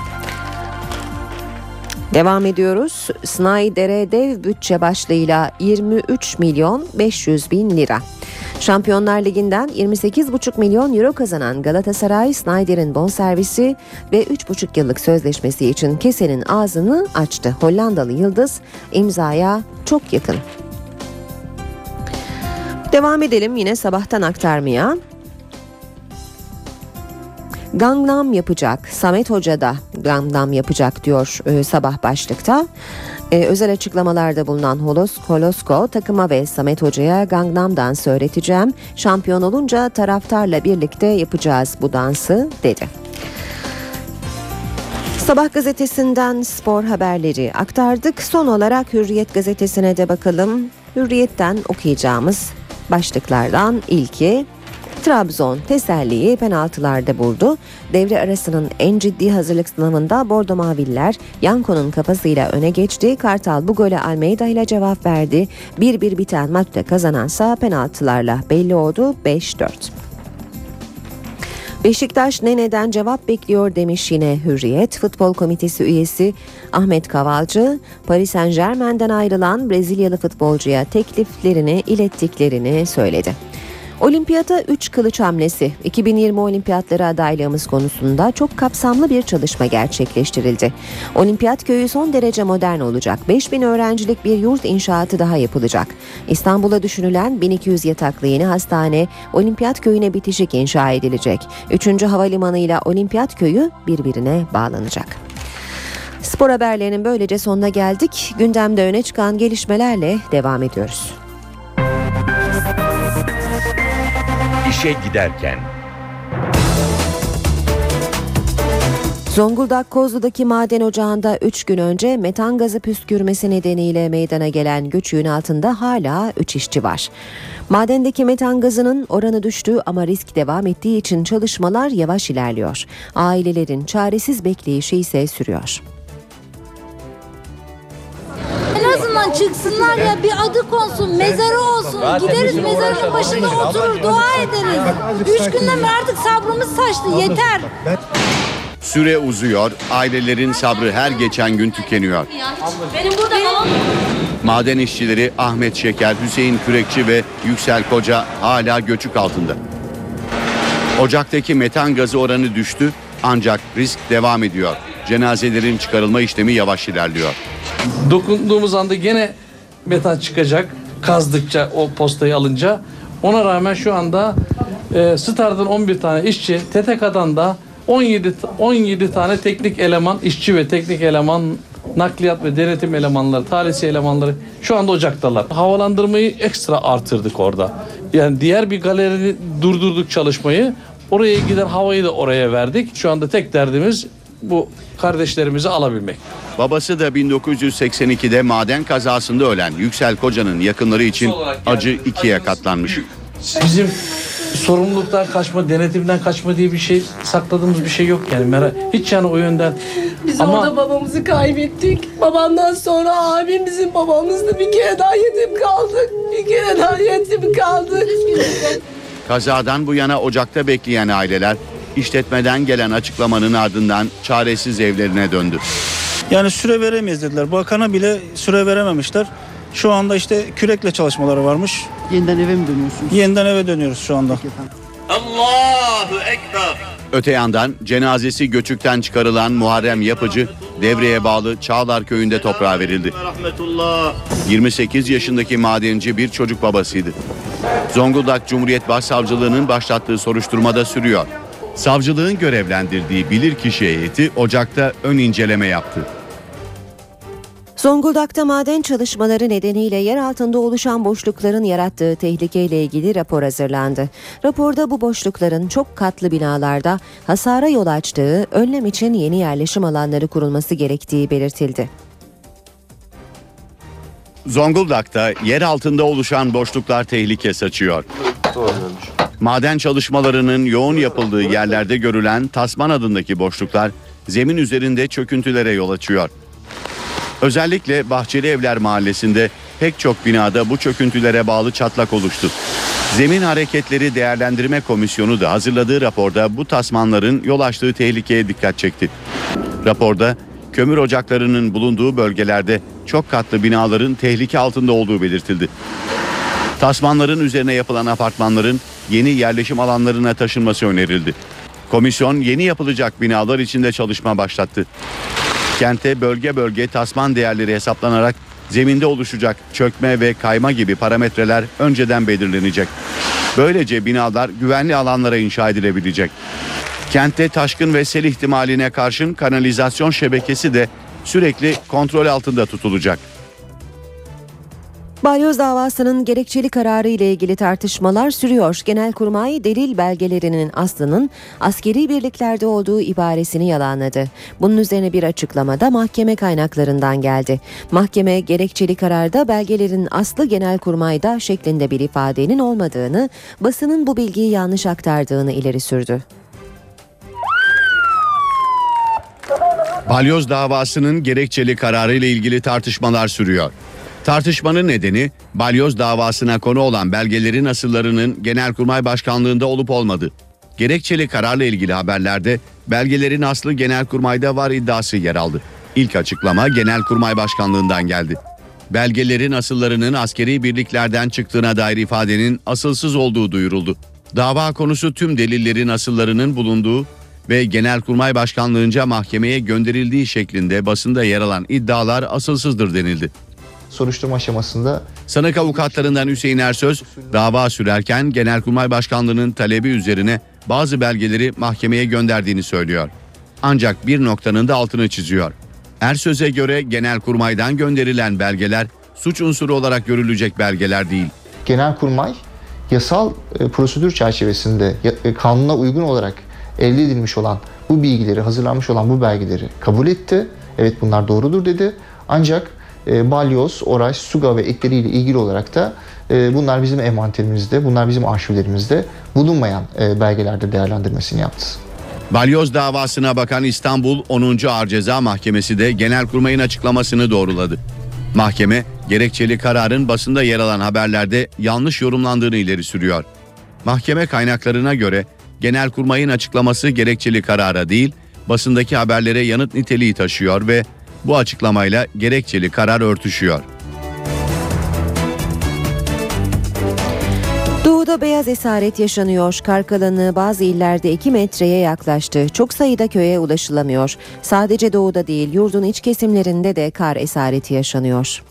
Devam ediyoruz. Snyder'e dev bütçe başlığıyla yirmi üç milyon beş yüz bin lira. Şampiyonlar Ligi'nden yirmi sekiz buçuk milyon euro kazanan Galatasaray, Snyder'in bonservisi ve üç buçuk yıllık sözleşmesi için kesenin ağzını açtı. Hollandalı yıldız imzaya çok yakın. Devam edelim yine sabahtan aktarmaya. Gangnam yapacak. Samet Hoca da Gangnam yapacak diyor e, sabah başlıkta. E, özel açıklamalarda bulunan Holos, Holosko takıma ve Samet Hoca'ya Gangnam dansı öğreteceğim. Şampiyon olunca taraftarla birlikte yapacağız bu dansı dedi. Sabah gazetesinden spor haberleri aktardık. Son olarak Hürriyet gazetesine de bakalım. Hürriyet'ten okuyacağımız başlıklardan ilki: Trabzon teselliyi penaltılarda buldu. Devre arasının en ciddi hazırlık sınavında Bordo Maviller Yanko'nun kafasıyla öne geçti. Kartal bu gole Almeida ile cevap verdi. bir bir biten maçta kazanansa penaltılarla belli oldu. beş dört. Beşiktaş Nene'den cevap bekliyor demiş yine Hürriyet. Futbol Komitesi üyesi Ahmet Kavalcı, Paris Saint-Germain'den ayrılan Brezilyalı futbolcuya tekliflerini ilettiklerini söyledi. Olimpiyata üç kılıç hamlesi. iki bin yirmi olimpiyatları adaylığımız konusunda çok kapsamlı bir çalışma gerçekleştirildi. Olimpiyat köyü son derece modern olacak. beş bin öğrencilik bir yurt inşaatı daha yapılacak. İstanbul'a düşünülen bin iki yüz yataklı yeni hastane olimpiyat köyüne bitişik inşa edilecek. üçüncü havalimanı ile olimpiyat köyü birbirine bağlanacak. Spor haberlerinin böylece sonuna geldik. Gündemde öne çıkan gelişmelerle devam ediyoruz. İşe giderken. Zonguldak Kozlu'daki maden ocağında üç gün önce metan gazı püskürmesi nedeniyle meydana gelen göç yığını altında hala üç işçi var. Madendeki metan gazının oranı düştü ama risk devam ettiği için çalışmalar yavaş ilerliyor. Ailelerin çaresiz bekleyişi ise sürüyor. En azından çıksınlar ya, bir adı konsun, mezarı olsun. Gideriz mezarının başında oturur dua ederiz. Üç günden beri artık sabrımız taştı, yeter. Süre uzuyor, ailelerin sabrı her geçen gün tükeniyor. Benim burada babam. Maden işçileri Ahmet Şeker, Hüseyin Kürekçi ve Yüksel Koca hala göçük altında. Ocaktaki metan gazı oranı düştü ancak risk devam ediyor. Cenazelerin çıkarılma işlemi yavaş ilerliyor. Dokunduğumuz anda gene metan çıkacak kazdıkça o postayı alınca. Ona rağmen şu anda e, Star'dan on bir tane işçi, T T K'dan da on yedi on yedi tane teknik eleman, işçi ve teknik eleman, nakliyat ve denetim elemanları, talihsiz elemanları şu anda ocaktalar. Havalandırmayı ekstra artırdık orada. Yani diğer bir galeri durdurduk çalışmayı. Oraya giden havayı da oraya verdik. Şu anda tek derdimiz bu kardeşlerimizi alabilmek. Babası da bin dokuz yüz seksen ikide maden kazasında ölen Yüksel Koca'nın yakınları için acı ikiye katlanmış. Bizim sorumluluktan kaçma, denetimden kaçma diye bir şey sakladığımız bir şey yok yani. Merak, hiç yani o yönden. Biz Ama orada babamızı kaybettik. Babamdan sonra abim bizim babamızdı. Bir kere daha yetim kaldık. Bir kere daha yetim kaldık. Kazadan bu yana ocakta bekleyen aileler işletmeden gelen açıklamanın ardından çaresiz evlerine döndü. Yani süre veremeyiz dediler. Bakana bile süre verememişler. Şu anda işte kürekle çalışmaları varmış. Yeniden eve mi dönüyorsunuz? Yeniden eve dönüyoruz şu anda. Allahu Ekber. Öte yandan cenazesi göçükten çıkarılan Muharrem Yapıcı Devre'ye bağlı Çağlar köyünde toprağa verildi. yirmi sekiz yaşındaki madenci bir çocuk babasıydı. Zonguldak Cumhuriyet Başsavcılığı'nın başlattığı soruşturmada sürüyor. Savcılığın görevlendirdiği bilirkişi heyeti Ocak'ta ön inceleme yaptı. Zonguldak'ta maden çalışmaları nedeniyle yer altında oluşan boşlukların yarattığı tehlikeyle ilgili rapor hazırlandı. Raporda bu boşlukların çok katlı binalarda hasara yol açtığı, önlem için yeni yerleşim alanları kurulması gerektiği belirtildi. Zonguldak'ta yer altında oluşan boşluklar tehlike saçıyor. Maden çalışmalarının yoğun yapıldığı yerlerde görülen Tasman adındaki boşluklar zemin üzerinde çöküntülere yol açıyor. Özellikle Bahçeli Evler Mahallesi'nde pek çok binada bu çöküntülere bağlı çatlak oluştu. Zemin Hareketleri Değerlendirme Komisyonu da hazırladığı raporda bu tasmanların yol açtığı tehlikeye dikkat çekti. Raporda kömür ocaklarının bulunduğu bölgelerde çok katlı binaların tehlike altında olduğu belirtildi. Tasmanların üzerine yapılan apartmanların yeni yerleşim alanlarına taşınması önerildi. Komisyon yeni yapılacak binalar içinde çalışma başlattı. Kente bölge bölge tasman değerleri hesaplanarak zeminde oluşacak çökme ve kayma gibi parametreler önceden belirlenecek. Böylece binalar güvenli alanlara inşa edilebilecek. Kentte taşkın ve sel ihtimaline karşın kanalizasyon şebekesi de sürekli kontrol altında tutulacak. Balyoz davasının gerekçeli kararı ile ilgili tartışmalar sürüyor. Genelkurmay delil belgelerinin aslının askeri birliklerde olduğu ibaresini yalanladı. Bunun üzerine bir açıklamada mahkeme kaynaklarından geldi. Mahkeme gerekçeli kararda belgelerin aslı Genelkurmay'da şeklinde bir ifadenin olmadığını, basının bu bilgiyi yanlış aktardığını ileri sürdü. Balyoz davasının gerekçeli kararı ile ilgili tartışmalar sürüyor. Tartışmanın nedeni balyoz davasına konu olan belgelerin asıllarının Genelkurmay Başkanlığında olup olmadığı. Gerekçeli kararla ilgili haberlerde belgelerin aslı Genelkurmay'da var iddiası yer aldı. İlk açıklama Genelkurmay Başkanlığından geldi. Belgelerin asıllarının askeri birliklerden çıktığına dair ifadenin asılsız olduğu duyuruldu. Dava konusu tüm delillerin asıllarının bulunduğu ve Genelkurmay Başkanlığınca mahkemeye gönderildiği şeklinde basında yer alan iddialar asılsızdır denildi. Soruşturma aşamasında sanık avukatlarından Hüseyin Ersöz dava sürerken Genelkurmay Başkanlığı'nın talebi üzerine bazı belgeleri mahkemeye gönderdiğini söylüyor. Ancak bir noktanın da altını çiziyor. Ersöz'e göre Genelkurmay'dan gönderilen belgeler suç unsuru olarak görülecek belgeler değil. Genelkurmay yasal e, prosedür çerçevesinde e, kanuna uygun olarak elde edilmiş olan bu bilgileri, hazırlanmış olan bu belgeleri kabul etti. Evet, bunlar doğrudur dedi. Ancak e, balyoz, oraş, suga ve ekleriyle ilgili olarak da e, bunlar bizim envanterimizde, bunlar bizim arşivlerimizde bulunmayan e, belgelerde değerlendirmesini yaptı. Balyoz davasına bakan İstanbul onuncu Ağır Ceza Mahkemesi de Genelkurmay'ın açıklamasını doğruladı. Mahkeme, gerekçeli kararın basında yer alan haberlerde yanlış yorumlandığını ileri sürüyor. Mahkeme kaynaklarına göre Genelkurmay'ın açıklaması gerekçeli karara değil, basındaki haberlere yanıt niteliği taşıyor ve bu açıklamayla gerekçeli karar örtüşüyor. Doğuda beyaz esaret yaşanıyor. Kar kalınlığı bazı illerde iki metreye yaklaştı. Çok sayıda köye ulaşılamıyor. Sadece doğuda değil, yurdun iç kesimlerinde de kar esareti yaşanıyor.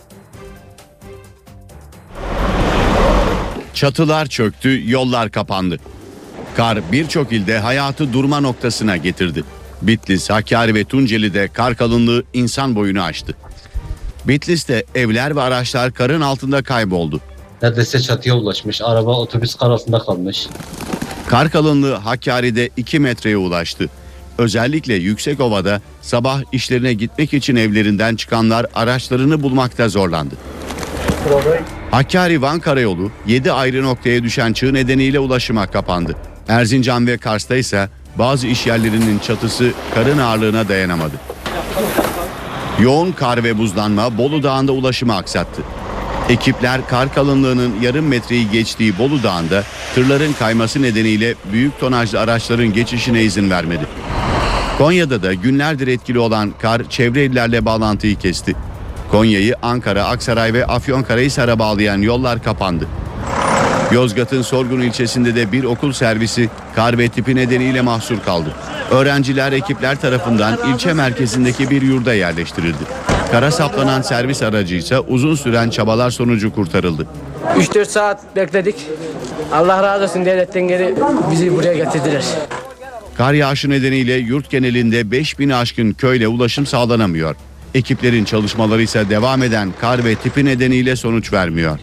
Çatılar çöktü, yollar kapandı. Kar birçok ilde hayatı durma noktasına getirdi. Bitlis, Hakkari ve Tunceli'de kar kalınlığı insan boyunu aştı. Bitlis'te evler ve araçlar karın altında kayboldu. Neredeyse çatıya ulaşmış. Araba otobüs kar altında kalmış. Kar kalınlığı Hakkari'de iki metreye ulaştı. Özellikle Yüksekova'da sabah işlerine gitmek için evlerinden çıkanlar araçlarını bulmakta zorlandı. Hakkari-Van Karayolu yedi ayrı noktaya düşen çığ nedeniyle ulaşıma kapandı. Erzincan ve Kars'ta ise bazı işyerlerinin çatısı karın ağırlığına dayanamadı. Yoğun kar ve buzlanma Bolu Dağı'nda ulaşımı aksattı. Ekipler kar kalınlığının yarım metreyi geçtiği Bolu Dağı'nda tırların kayması nedeniyle büyük tonajlı araçların geçişine izin vermedi. Konya'da da günlerdir etkili olan kar çevre illerle bağlantıyı kesti. Konya'yı Ankara, Aksaray ve Afyonkarahisar'a bağlayan yollar kapandı. Yozgat'ın Sorgun ilçesinde de bir okul servisi kar ve tipi nedeniyle mahsur kaldı. Öğrenciler ekipler tarafından ilçe merkezindeki bir yurda yerleştirildi. Kara saplanan servis aracı ise uzun süren çabalar sonucu kurtarıldı. üç dört saat bekledik. Allah razı olsun, devletten geri bizi buraya getirdiler. Kar yağışı nedeniyle yurt genelinde beş bini aşkın köyle ulaşım sağlanamıyor. Ekiplerin çalışmaları ise devam eden kar ve tipi nedeniyle sonuç vermiyor.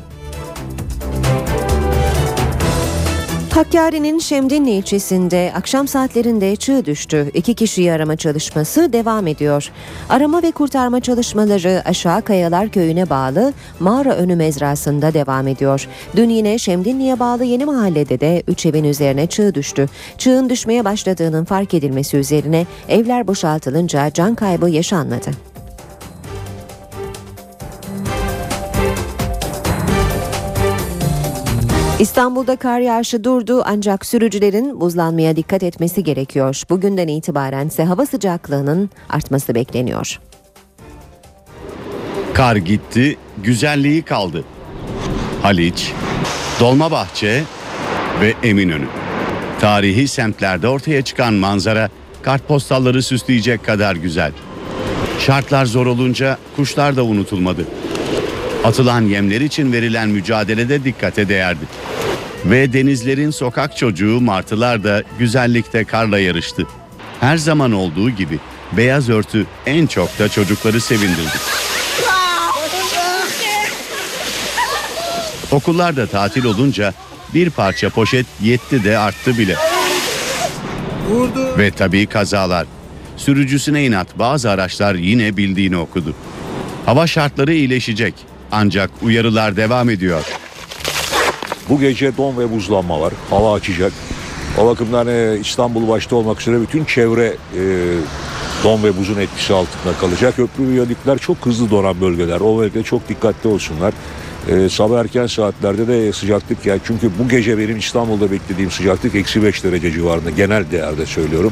Hakkari'nin Şemdinli ilçesinde akşam saatlerinde çığ düştü. İki kişiyi arama çalışması devam ediyor. Arama ve kurtarma çalışmaları Aşağı Kayalar köyüne bağlı Mağara Önü mezrasında devam ediyor. Dün yine Şemdinli'ye bağlı Yeni Mahalle'de de üç evin üzerine çığ düştü. Çığın düşmeye başladığının fark edilmesi üzerine evler boşaltılınca can kaybı yaşanmadı. İstanbul'da kar yağışı durdu ancak sürücülerin buzlanmaya dikkat etmesi gerekiyor. Bugünden itibaren ise hava sıcaklığının artması bekleniyor. Kar gitti, güzelliği kaldı. Haliç, Dolmabahçe ve Eminönü. Tarihi semtlerde ortaya çıkan manzara kartpostalları süsleyecek kadar güzel. Şartlar zor olunca kuşlar da unutulmadı. Atılan yemler için verilen mücadelede dikkate değerdi. Ve denizlerin sokak çocuğu martılar da güzellikte karla yarıştı. Her zaman olduğu gibi beyaz örtü en çok da çocukları sevindirdi. Okullarda tatil olunca bir parça poşet yetti de arttı bile. Ve tabii kazalar. Sürücüsüne inat bazı araçlar yine bildiğini okudu. Hava şartları iyileşecek. Ancak uyarılar devam ediyor. Bu gece don ve buzlanma var. Hava açacak. O bakımdan İstanbul başta olmak üzere bütün çevre e, don ve buzun etkisi altında kalacak. Köprü ve viyadükler çok hızlı donan bölgeler. O bölgede çok dikkatli olsunlar. E, sabah erken saatlerde de sıcaklık, yani çünkü bu gece benim İstanbul'da beklediğim sıcaklık eksi beş derece civarında, genel değerde söylüyorum.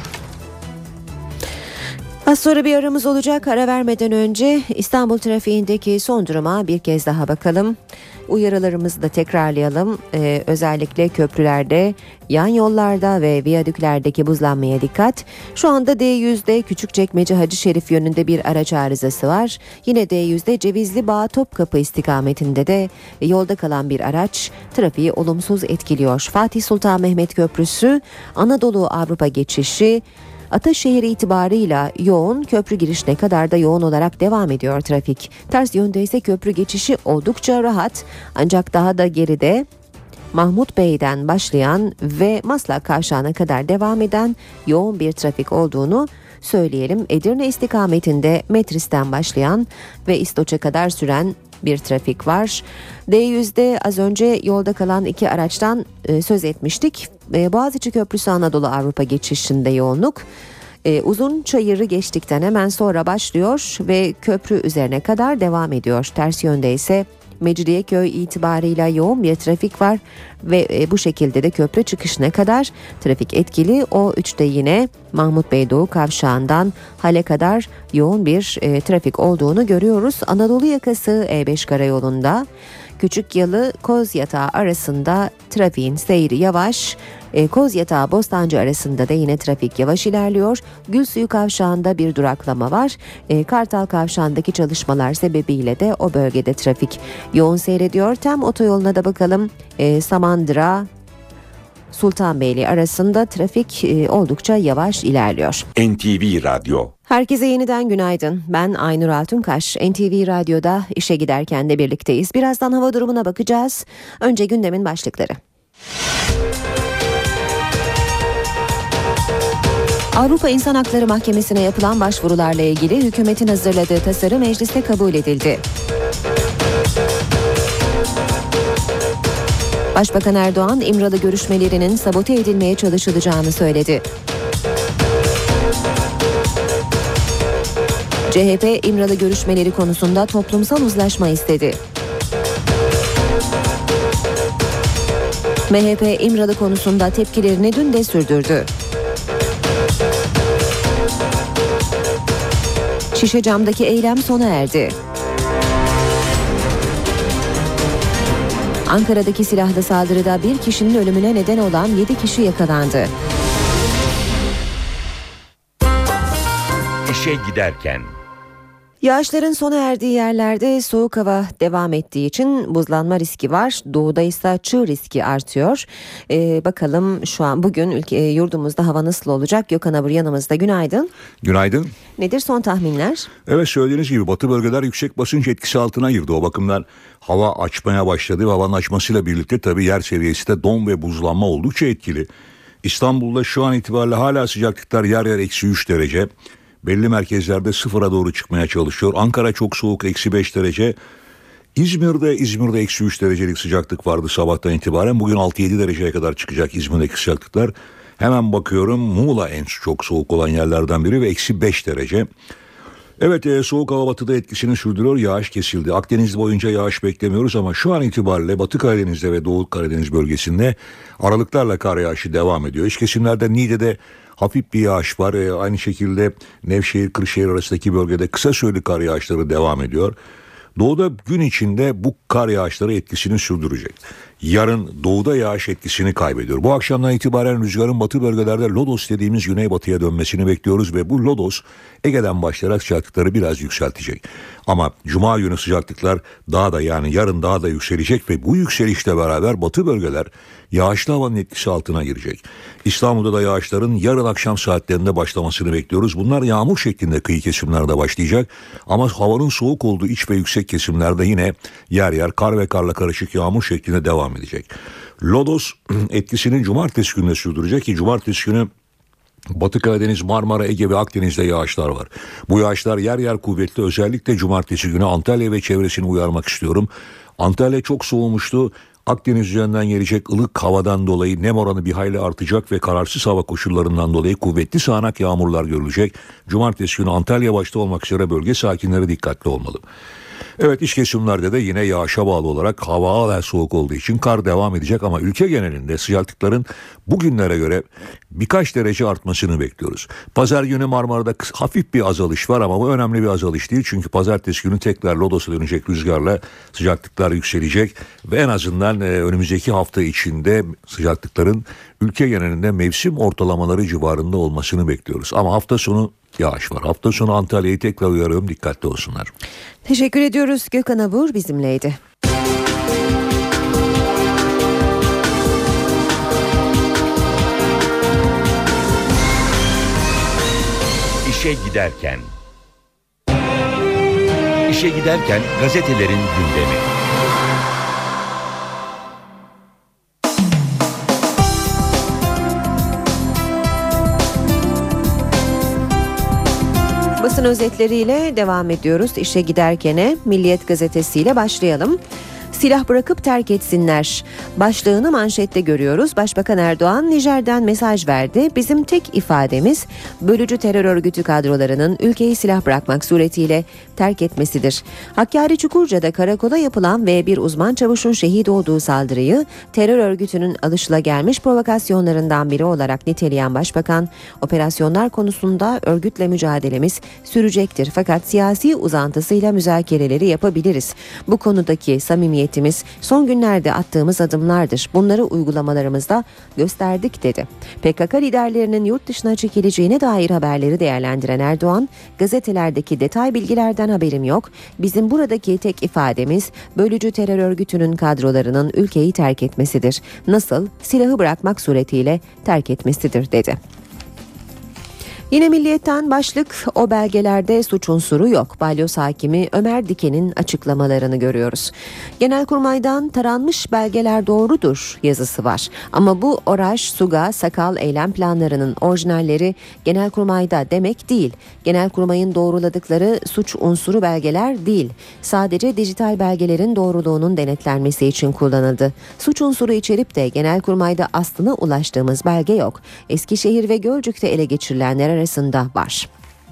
Az sonra bir aramız olacak. Ara vermeden önce İstanbul trafiğindeki son duruma bir kez daha bakalım. Uyarılarımızı da tekrarlayalım. Ee, özellikle köprülerde, yan yollarda ve viyadüklerdeki buzlanmaya dikkat. Şu anda D yüzde Küçükçekmece Hacı Şerif yönünde bir araç arızası var. Yine D yüzde Cevizli Bağ Topkapı istikametinde de yolda kalan bir araç trafiği olumsuz etkiliyor. Fatih Sultan Mehmet Köprüsü, Anadolu Avrupa geçişi Ataşehir itibarıyla yoğun, köprü girişine kadar da yoğun olarak devam ediyor trafik. Ters yönde ise köprü geçişi oldukça rahat, ancak daha da geride Mahmut Bey'den başlayan ve Maslak Kavşağı'na kadar devam eden yoğun bir trafik olduğunu söyleyelim. Edirne istikametinde Metris'ten başlayan ve İstoç'a kadar süren bir trafik var. D yüzde az önce yolda kalan iki araçtan e, söz etmiştik. E, Boğaziçi Köprüsü Anadolu Avrupa geçişinde yoğunluk e, Uzun Çayırı geçtikten hemen sonra başlıyor ve köprü üzerine kadar devam ediyor. Ters yönde ise Mecidiyeköy itibarıyla yoğun bir trafik var ve bu şekilde de köprü çıkışına kadar trafik etkili. O üçte yine Mahmut Bey Doğu Kavşağı'ndan Hale kadar yoğun bir e, trafik olduğunu görüyoruz. Anadolu yakası E beş karayolunda Küçükyalı Kozyatağı arasında trafiğin seyri yavaş. E, Kozyatağı Bostancı arasında da yine trafik yavaş ilerliyor. Gülsuyu Kavşağı'nda bir duraklama var. E, Kartal Kavşağı'ndaki çalışmalar sebebiyle de o bölgede trafik yoğun seyrediyor. Tem otoyoluna da bakalım. E, Samandıra Sultanbeyli arasında trafik e, oldukça yavaş ilerliyor. N T V Radyo. Herkese yeniden günaydın. Ben Aynur Altunkaş. N T V Radyo'da işe giderken de birlikteyiz. Birazdan hava durumuna bakacağız. Önce gündemin başlıkları. Avrupa İnsan Hakları Mahkemesi'ne yapılan başvurularla ilgili hükümetin hazırladığı tasarı mecliste kabul edildi. Başbakan Erdoğan, İmralı görüşmelerinin sabote edilmeye çalışılacağını söyledi. C H P, İmralı görüşmeleri konusunda toplumsal uzlaşma istedi. M H P, İmralı konusunda tepkilerini dün de sürdürdü. Şişecam'daki eylem sona erdi. Ankara'daki silahlı saldırıda bir kişinin ölümüne neden olan yedi kişi yakalandı. İşe giderken. Yağışların sona erdiği yerlerde soğuk hava devam ettiği için buzlanma riski var. Doğuda ise çığ riski artıyor. Ee, bakalım şu an bugün ülke yurdumuzda hava nasıl olacak? Gökhan Abur yanımızda. Günaydın. Günaydın. Nedir son tahminler? Evet, söylediğiniz gibi batı bölgeler yüksek basınç etkisi altına girdi. O bakımdan hava açmaya başladı ve havanın açmasıyla birlikte tabii yer seviyesi de don ve buzlanma oldukça etkili. İstanbul'da şu an itibariyle hala sıcaklıklar yer yer eksi üç derece. Belli merkezlerde sıfıra doğru çıkmaya çalışıyor. Ankara çok soğuk, eksi beş derece. İzmir'de İzmir'de eksi üç derecelik sıcaklık vardı sabahtan itibaren. Bugün altı yedi dereceye kadar çıkacak İzmir'deki sıcaklıklar. Hemen bakıyorum, Muğla en çok soğuk olan yerlerden biri ve eksi beş derece. Evet, e, soğuk hava batıda etkisini sürdürüyor. Yağış kesildi. Akdeniz boyunca yağış beklemiyoruz ama şu an itibariyle Batı Karadeniz'de ve Doğu Karadeniz bölgesinde aralıklarla kar yağışı devam ediyor. İç kesimlerde Niğde'de hafif bir yağış var. E, aynı şekilde Nevşehir, Kırşehir arasındaki bölgede kısa süreli kar yağışları devam ediyor. Doğuda gün içinde bu kar yağışları etkisini sürdürecek. Yarın doğuda yağış etkisini kaybediyor. Bu akşamdan itibaren rüzgarın batı bölgelerde lodos dediğimiz güneybatıya dönmesini bekliyoruz ve bu lodos Ege'den başlayarak sıcaklıkları biraz yükseltecek. Ama cuma günü sıcaklıklar daha da yani yarın daha da yükselecek ve bu yükselişle beraber batı bölgeler yağışlı havanın etkisi altına girecek. İstanbul'da da yağışların yarın akşam saatlerinde başlamasını bekliyoruz. Bunlar yağmur şeklinde kıyı kesimlerde başlayacak ama havanın soğuk olduğu iç ve yüksek kesimlerde yine yer yer kar ve karla karışık yağmur şeklinde devam edecek. Lodos etkisini cumartesi gününe sürdürecek ki cumartesi günü Batı Karadeniz, Marmara, Ege ve Akdeniz'de yağışlar var. Bu yağışlar yer yer kuvvetli, özellikle cumartesi günü Antalya ve çevresini uyarmak istiyorum. Antalya çok soğumuştu. Akdeniz üzerinden gelecek ılık havadan dolayı nem oranı bir hayli artacak ve kararsız hava koşullarından dolayı kuvvetli sağanak yağmurlar görülecek. Cumartesi günü Antalya başta olmak üzere bölge sakinleri dikkatli olmalı. Evet, iç kesimlerde de yine yağışa bağlı olarak hava hala soğuk olduğu için kar devam edecek ama ülke genelinde sıcaklıkların bugünlere göre birkaç derece artmasını bekliyoruz. Pazar günü Marmara'da hafif bir azalış var ama bu önemli bir azalış değil. Çünkü pazartesi günü tekrar lodosa dönecek rüzgarla sıcaklıklar yükselecek ve en azından önümüzdeki hafta içinde sıcaklıkların ülke genelinde mevsim ortalamaları civarında olmasını bekliyoruz. Ama hafta sonu yağış var. Hafta sonu Antalya'yı tekrar uyarıyorum, dikkatli olsunlar. Teşekkür ediyoruz. Gökhan Abur bizimleydi. İşe giderken. İşe giderken gazetelerin gündemi. Basın özetleriyle devam ediyoruz. İşe giderkene Milliyet gazetesiyle başlayalım. Silah bırakıp terk etsinler. Başlığını manşette görüyoruz. Başbakan Erdoğan Nijer'den mesaj verdi. Bizim tek ifademiz bölücü terör örgütü kadrolarının ülkeyi silah bırakmak suretiyle terk etmesidir. Hakkari Çukurca'da karakola yapılan ve bir uzman çavuşun şehit olduğu saldırıyı terör örgütünün alışılagelmiş provokasyonlarından biri olarak niteleyen Başbakan, operasyonlar konusunda örgütle mücadelemiz sürecektir fakat siyasi uzantısıyla müzakereleri yapabiliriz. Bu konudaki samimiyetimiz son günlerde attığımız adımlardır. Bunları uygulamalarımızda gösterdik dedi. P K K liderlerinin yurt dışına çekileceğine dair haberleri değerlendiren Erdoğan, gazetelerdeki detay bilgilerden haberim yok. Bizim buradaki tek ifademiz bölücü terör örgütünün kadrolarının ülkeyi terk etmesidir. Nasıl? Silahı bırakmak suretiyle terk etmesidir dedi. Yine Milliyet'ten başlık, o belgelerde suç unsuru yok. Balyoz Hakimi Ömer Diken'in açıklamalarını görüyoruz. Genelkurmay'dan taranmış belgeler doğrudur yazısı var. Ama bu Oraş, Suga, Sakal eylem planlarının orijinalleri Genelkurmay'da demek değil. Genelkurmay'ın doğruladıkları suç unsuru belgeler değil. Sadece dijital belgelerin doğruluğunun denetlenmesi için kullanıldı. Suç unsuru içerip de Genelkurmay'da aslına ulaştığımız belge yok. Eskişehir ve Gölcük'te ele geçirilenler arasında var.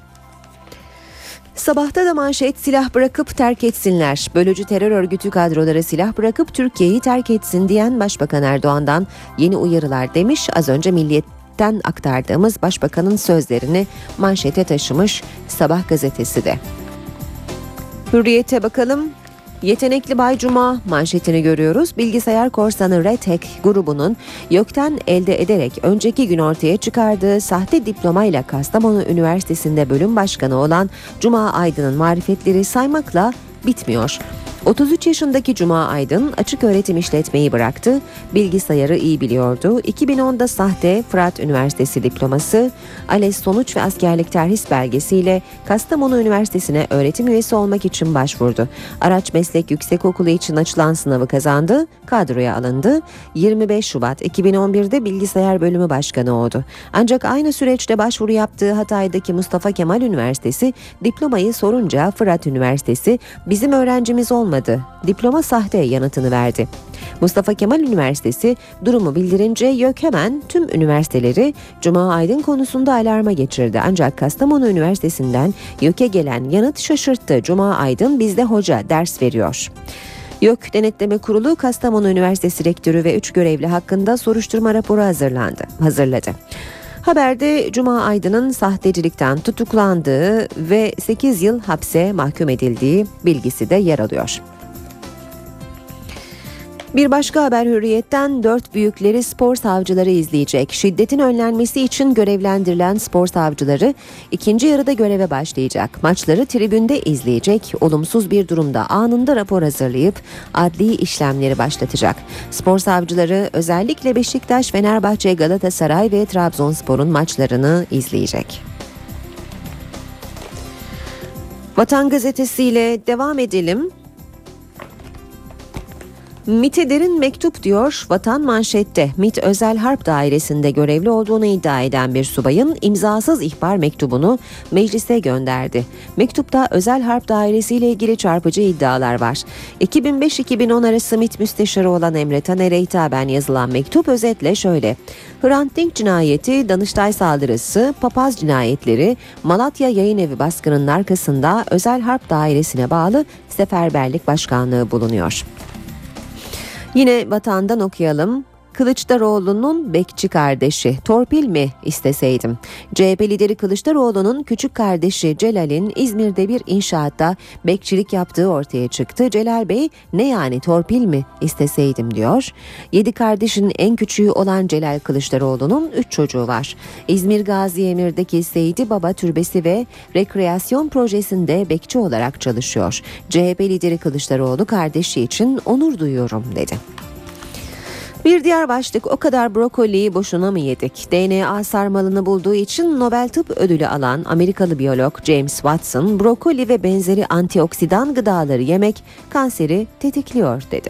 Sabahta da manşet, silah bırakıp terk etsinler. Bölücü terör örgütü kadroları silah bırakıp Türkiye'yi terk etsin diyen Başbakan Erdoğan'dan yeni uyarılar demiş. Az önce Milliyet'ten aktardığımız Başbakanın sözlerini manşete taşımış Sabah gazetesi de. Hürriyet'e bakalım. Yetenekli Bay Cuma manşetini görüyoruz. Bilgisayar korsanı Red Hack grubunun YÖK'ten elde ederek önceki gün ortaya çıkardığı sahte diplomayla Kastamonu Üniversitesi'nde bölüm başkanı olan Cuma Aydın'ın marifetleri saymakla bitmiyor. otuz üç yaşındaki Cuma Aydın açık öğretim işletmeyi bıraktı. Bilgisayarı iyi biliyordu. iki bin onda sahte Fırat Üniversitesi diploması, ALES sonuç ve askerlik terhis belgesiyle Kastamonu Üniversitesi'ne öğretim üyesi olmak için başvurdu. Araç Meslek Yüksekokulu için açılan sınavı kazandı, kadroya alındı. yirmi beş Şubat iki bin on birde bilgisayar bölümü başkanı oldu. Ancak aynı süreçte başvuru yaptığı Hatay'daki Mustafa Kemal Üniversitesi diplomayı sorunca Fırat Üniversitesi bizim öğrencimiz olmadı. Diploma sahte yanıtını verdi. Mustafa Kemal Üniversitesi durumu bildirince YÖK hemen tüm üniversiteleri Cuma Aydın konusunda alarma geçirdi. Ancak Kastamonu Üniversitesi'nden YÖK'e gelen yanıt şaşırttı. Cuma Aydın bizde hoca ders veriyor. YÖK Denetleme Kurulu Kastamonu Üniversitesi Rektörü ve üç görevli hakkında soruşturma raporu hazırlandı, hazırladı. Haberde Cuma Aydın'ın sahtecilikten tutuklandığı ve sekiz yıl hapse mahkum edildiği bilgisi de yer alıyor. Bir başka haber Hürriyet'ten, dört büyükleri spor savcıları izleyecek. Şiddetin önlenmesi için görevlendirilen spor savcıları ikinci yarıda göreve başlayacak. Maçları tribünde izleyecek. Olumsuz bir durumda anında rapor hazırlayıp adli işlemleri başlatacak. Spor savcıları özellikle Beşiktaş, Fenerbahçe, Galatasaray ve Trabzonspor'un maçlarını izleyecek. Vatan gazetesiyle devam edelim. MİT'e derin mektup diyor Vatan manşette. MİT Özel Harp Dairesi'nde görevli olduğunu iddia eden bir subayın imzasız ihbar mektubunu meclise gönderdi. Mektupta Özel Harp Dairesi ile ilgili çarpıcı iddialar var. iki bin beş iki bin on arası MİT müsteşarı olan Emre Taner'e hitaben yazılan mektup özetle şöyle: Hrant Dink cinayeti, Danıştay saldırısı, papaz cinayetleri, Malatya Yayınevi baskınının arkasında Özel Harp Dairesi'ne bağlı Seferberlik Başkanlığı bulunuyor. Yine Vatan'dan okuyalım. Kılıçdaroğlu'nun bekçi kardeşi, torpil mi isteseydim? C H P lideri Kılıçdaroğlu'nun küçük kardeşi Celal'in İzmir'de bir inşaatta bekçilik yaptığı ortaya çıktı. Celal Bey, ne yani torpil mi isteseydim diyor. Yedi kardeşin en küçüğü olan Celal Kılıçdaroğlu'nun üç çocuğu var. İzmir Gazi Emir'deki Seydi Baba Türbesi ve rekreasyon projesinde bekçi olarak çalışıyor. C H P lideri Kılıçdaroğlu kardeşi için onur duyuyorum dedi. Bir diğer başlık, o kadar brokoliyi boşuna mı yedik? D N A sarmalını bulduğu için Nobel Tıp Ödülü alan Amerikalı biyolog James Watson, brokoli ve benzeri antioksidan gıdaları yemek kanseri tetikliyor dedi.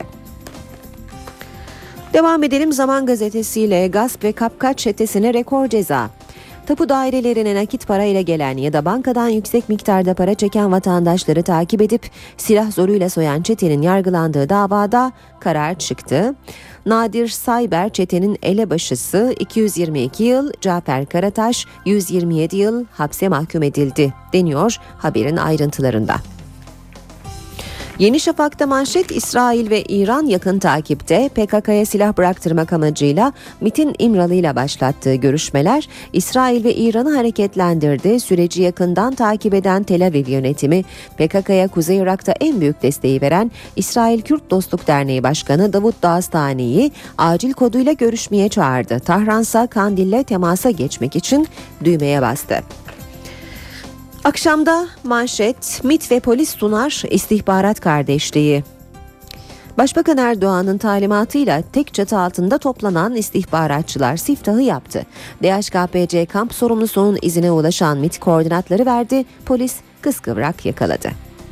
Devam edelim Zaman gazetesiyle. Gasp ve kapkaç çetesine rekor ceza. Tapu dairelerine nakit parayla gelen ya da bankadan yüksek miktarda para çeken vatandaşları takip edip silah zoruyla soyan çetenin yargılandığı davada karar çıktı. Nadir Sayber çetenin elebaşısı iki yüz yirmi iki yıl, Cafer Karataş yüz yirmi yedi yıl hapse mahkum edildi deniyor haberin ayrıntılarında. Yeni Şafak'ta manşet, İsrail ve İran yakın takipte. P K K'ya silah bıraktırmak amacıyla MİT'in İmralı ile başlattığı görüşmeler İsrail ve İran'ı hareketlendirdi. Süreci yakından takip eden Tel Aviv yönetimi P K K'ya Kuzey Irak'ta en büyük desteği veren İsrail Kürt Dostluk Derneği Başkanı Davut Dağıstani'yi acil koduyla görüşmeye çağırdı. Tahransa Kandil'le temasa geçmek için düğmeye bastı. Akşamda manşet, MİT ve polis sunar istihbarat kardeşliği. Başbakan Erdoğan'ın talimatıyla tek çatı altında toplanan istihbaratçılar siftahı yaptı. D H K P C kamp sorumlusunun izine ulaşan MİT koordinatları verdi, polis kıskıvrak yakaladı.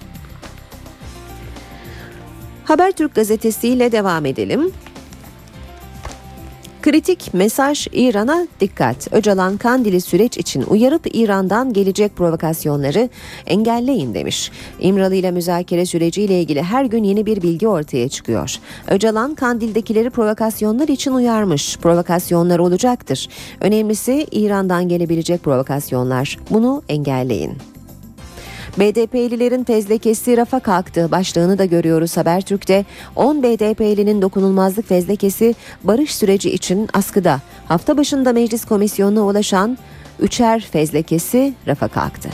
Habertürk gazetesiyle devam edelim. Kritik mesaj İran'a dikkat. Öcalan Kandil'i süreç için uyarıp İran'dan gelecek provokasyonları engelleyin demiş. İmralı ile müzakere süreciyle ilgili her gün yeni bir bilgi ortaya çıkıyor. Öcalan Kandil'dekileri provokasyonlar için uyarmış. Provokasyonlar olacaktır. Önemlisi İran'dan gelebilecek provokasyonlar. Bunu engelleyin. B D P'lilerin fezlekesi rafa kalktı başlığını da görüyoruz Habertürk'te. on B D P'linin dokunulmazlık fezlekesi barış süreci için askıda. Hafta başında meclis komisyonuna ulaşan üçer fezlekesi rafa kalktı.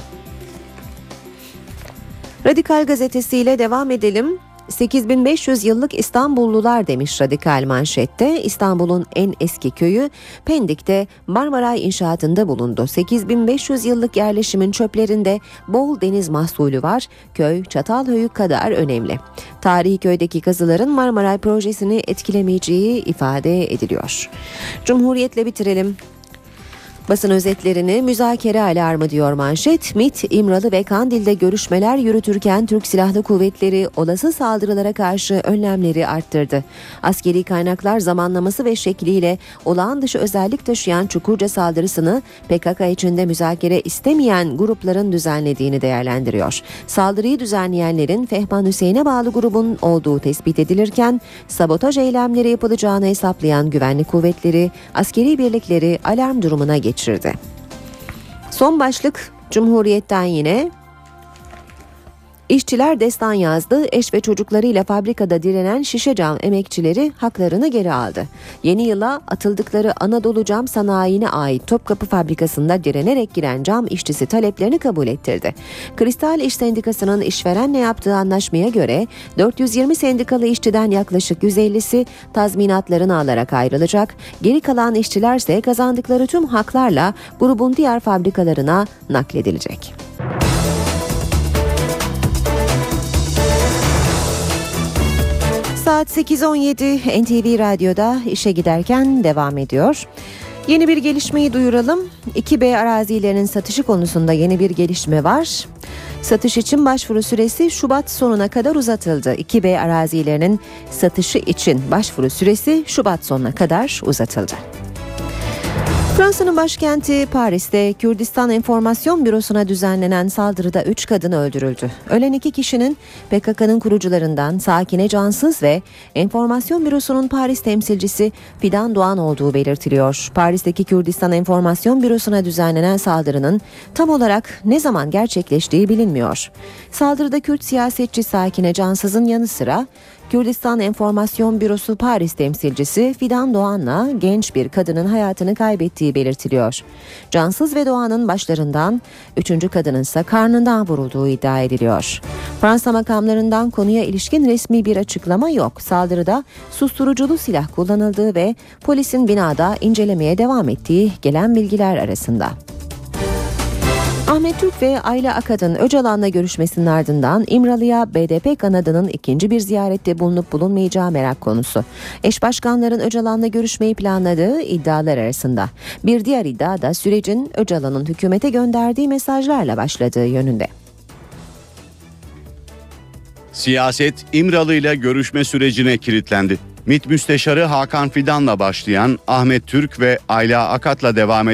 Radikal gazetesiyle devam edelim. sekiz bin beş yüz yıllık İstanbullular demiş Radikal manşette. İstanbul'un en eski köyü Pendik'te Marmaray inşaatında bulundu. sekiz bin beş yüz yıllık yerleşimin çöplerinde bol deniz mahsulü var. Köy Çatalhöyük kadar önemli. Tarihi köydeki kazıların Marmaray projesini etkilemeyeceği ifade ediliyor. Cumhuriyetle bitirelim. Basın özetlerini müzakere alarmı diyor manşet. MİT, İmralı ve Kandil'de görüşmeler yürütürken Türk Silahlı Kuvvetleri olası saldırılara karşı önlemleri arttırdı. Askeri kaynaklar zamanlaması ve şekliyle olağan dışı özellik taşıyan Çukurca saldırısını P K K içinde müzakere istemeyen grupların düzenlediğini değerlendiriyor. Saldırıyı düzenleyenlerin Fehman Hüseyin'e bağlı grubun olduğu tespit edilirken sabotaj eylemleri yapılacağını hesaplayan güvenlik kuvvetleri askeri birlikleri alarm durumuna geçti. Son başlık Cumhuriyet'ten yine. İşçiler destan yazdı. Eş ve çocuklarıyla fabrikada direnen şişe cam emekçileri haklarını geri aldı. Yeni yıla atıldıkları Anadolu Cam Sanayi'ne ait Topkapı fabrikasında direnerek giren cam işçisi taleplerini kabul ettirdi. Kristal İş Sendikası'nın işverenle yaptığı anlaşmaya göre dört yüz yirmi sendikalı işçiden yaklaşık yüz ellisi tazminatlarını alarak ayrılacak. Geri kalan işçilerse kazandıkları tüm haklarla grubun diğer fabrikalarına nakledilecek. Saat sekiz on yedi N T V Radyo'da işe giderken devam ediyor. Yeni bir gelişmeyi duyuralım. iki B arazilerinin satışı konusunda yeni bir gelişme var. Satış için başvuru süresi Şubat sonuna kadar uzatıldı. iki B arazilerinin satışı için başvuru süresi Şubat sonuna kadar uzatıldı. Fransa'nın başkenti Paris'te Kürdistan Enformasyon Bürosu'na düzenlenen saldırıda üç kadın öldürüldü. Ölen iki kişinin P K K'nın kurucularından Sakine Cansız ve Enformasyon Bürosu'nun Paris temsilcisi Fidan Doğan olduğu belirtiliyor. Paris'teki Kürdistan Enformasyon Bürosu'na düzenlenen saldırının tam olarak ne zaman gerçekleştiği bilinmiyor. Saldırıda Kürt siyasetçi Sakine Cansız'ın yanı sıra Kürdistan Enformasyon Bürosu Paris temsilcisi Fidan Doğan'la genç bir kadının hayatını kaybettiği belirtiliyor. Cansız ve Doğan'ın başlarından, üçüncü kadının ise karnından vurulduğu iddia ediliyor. Fransa makamlarından konuya ilişkin resmi bir açıklama yok. Saldırıda susturuculu silah kullanıldığı ve polisin binada incelemeye devam ettiği gelen bilgiler arasında. Ahmet Türk ve Ayla Akat'ın Öcalan'la görüşmesinin ardından İmralı'ya B D P kanadının ikinci bir ziyarette bulunup bulunmayacağı merak konusu. Eş başkanların Öcalan'la görüşmeyi planladığı iddialar arasında. Bir diğer iddia da sürecin Öcalan'ın hükümete gönderdiği mesajlarla başladığı yönünde. Siyaset İmralı ile görüşme sürecine kilitlendi. MİT Müsteşarı Hakan Fidan'la başlayan, Ahmet Türk ve Ayla Akat'la devam eden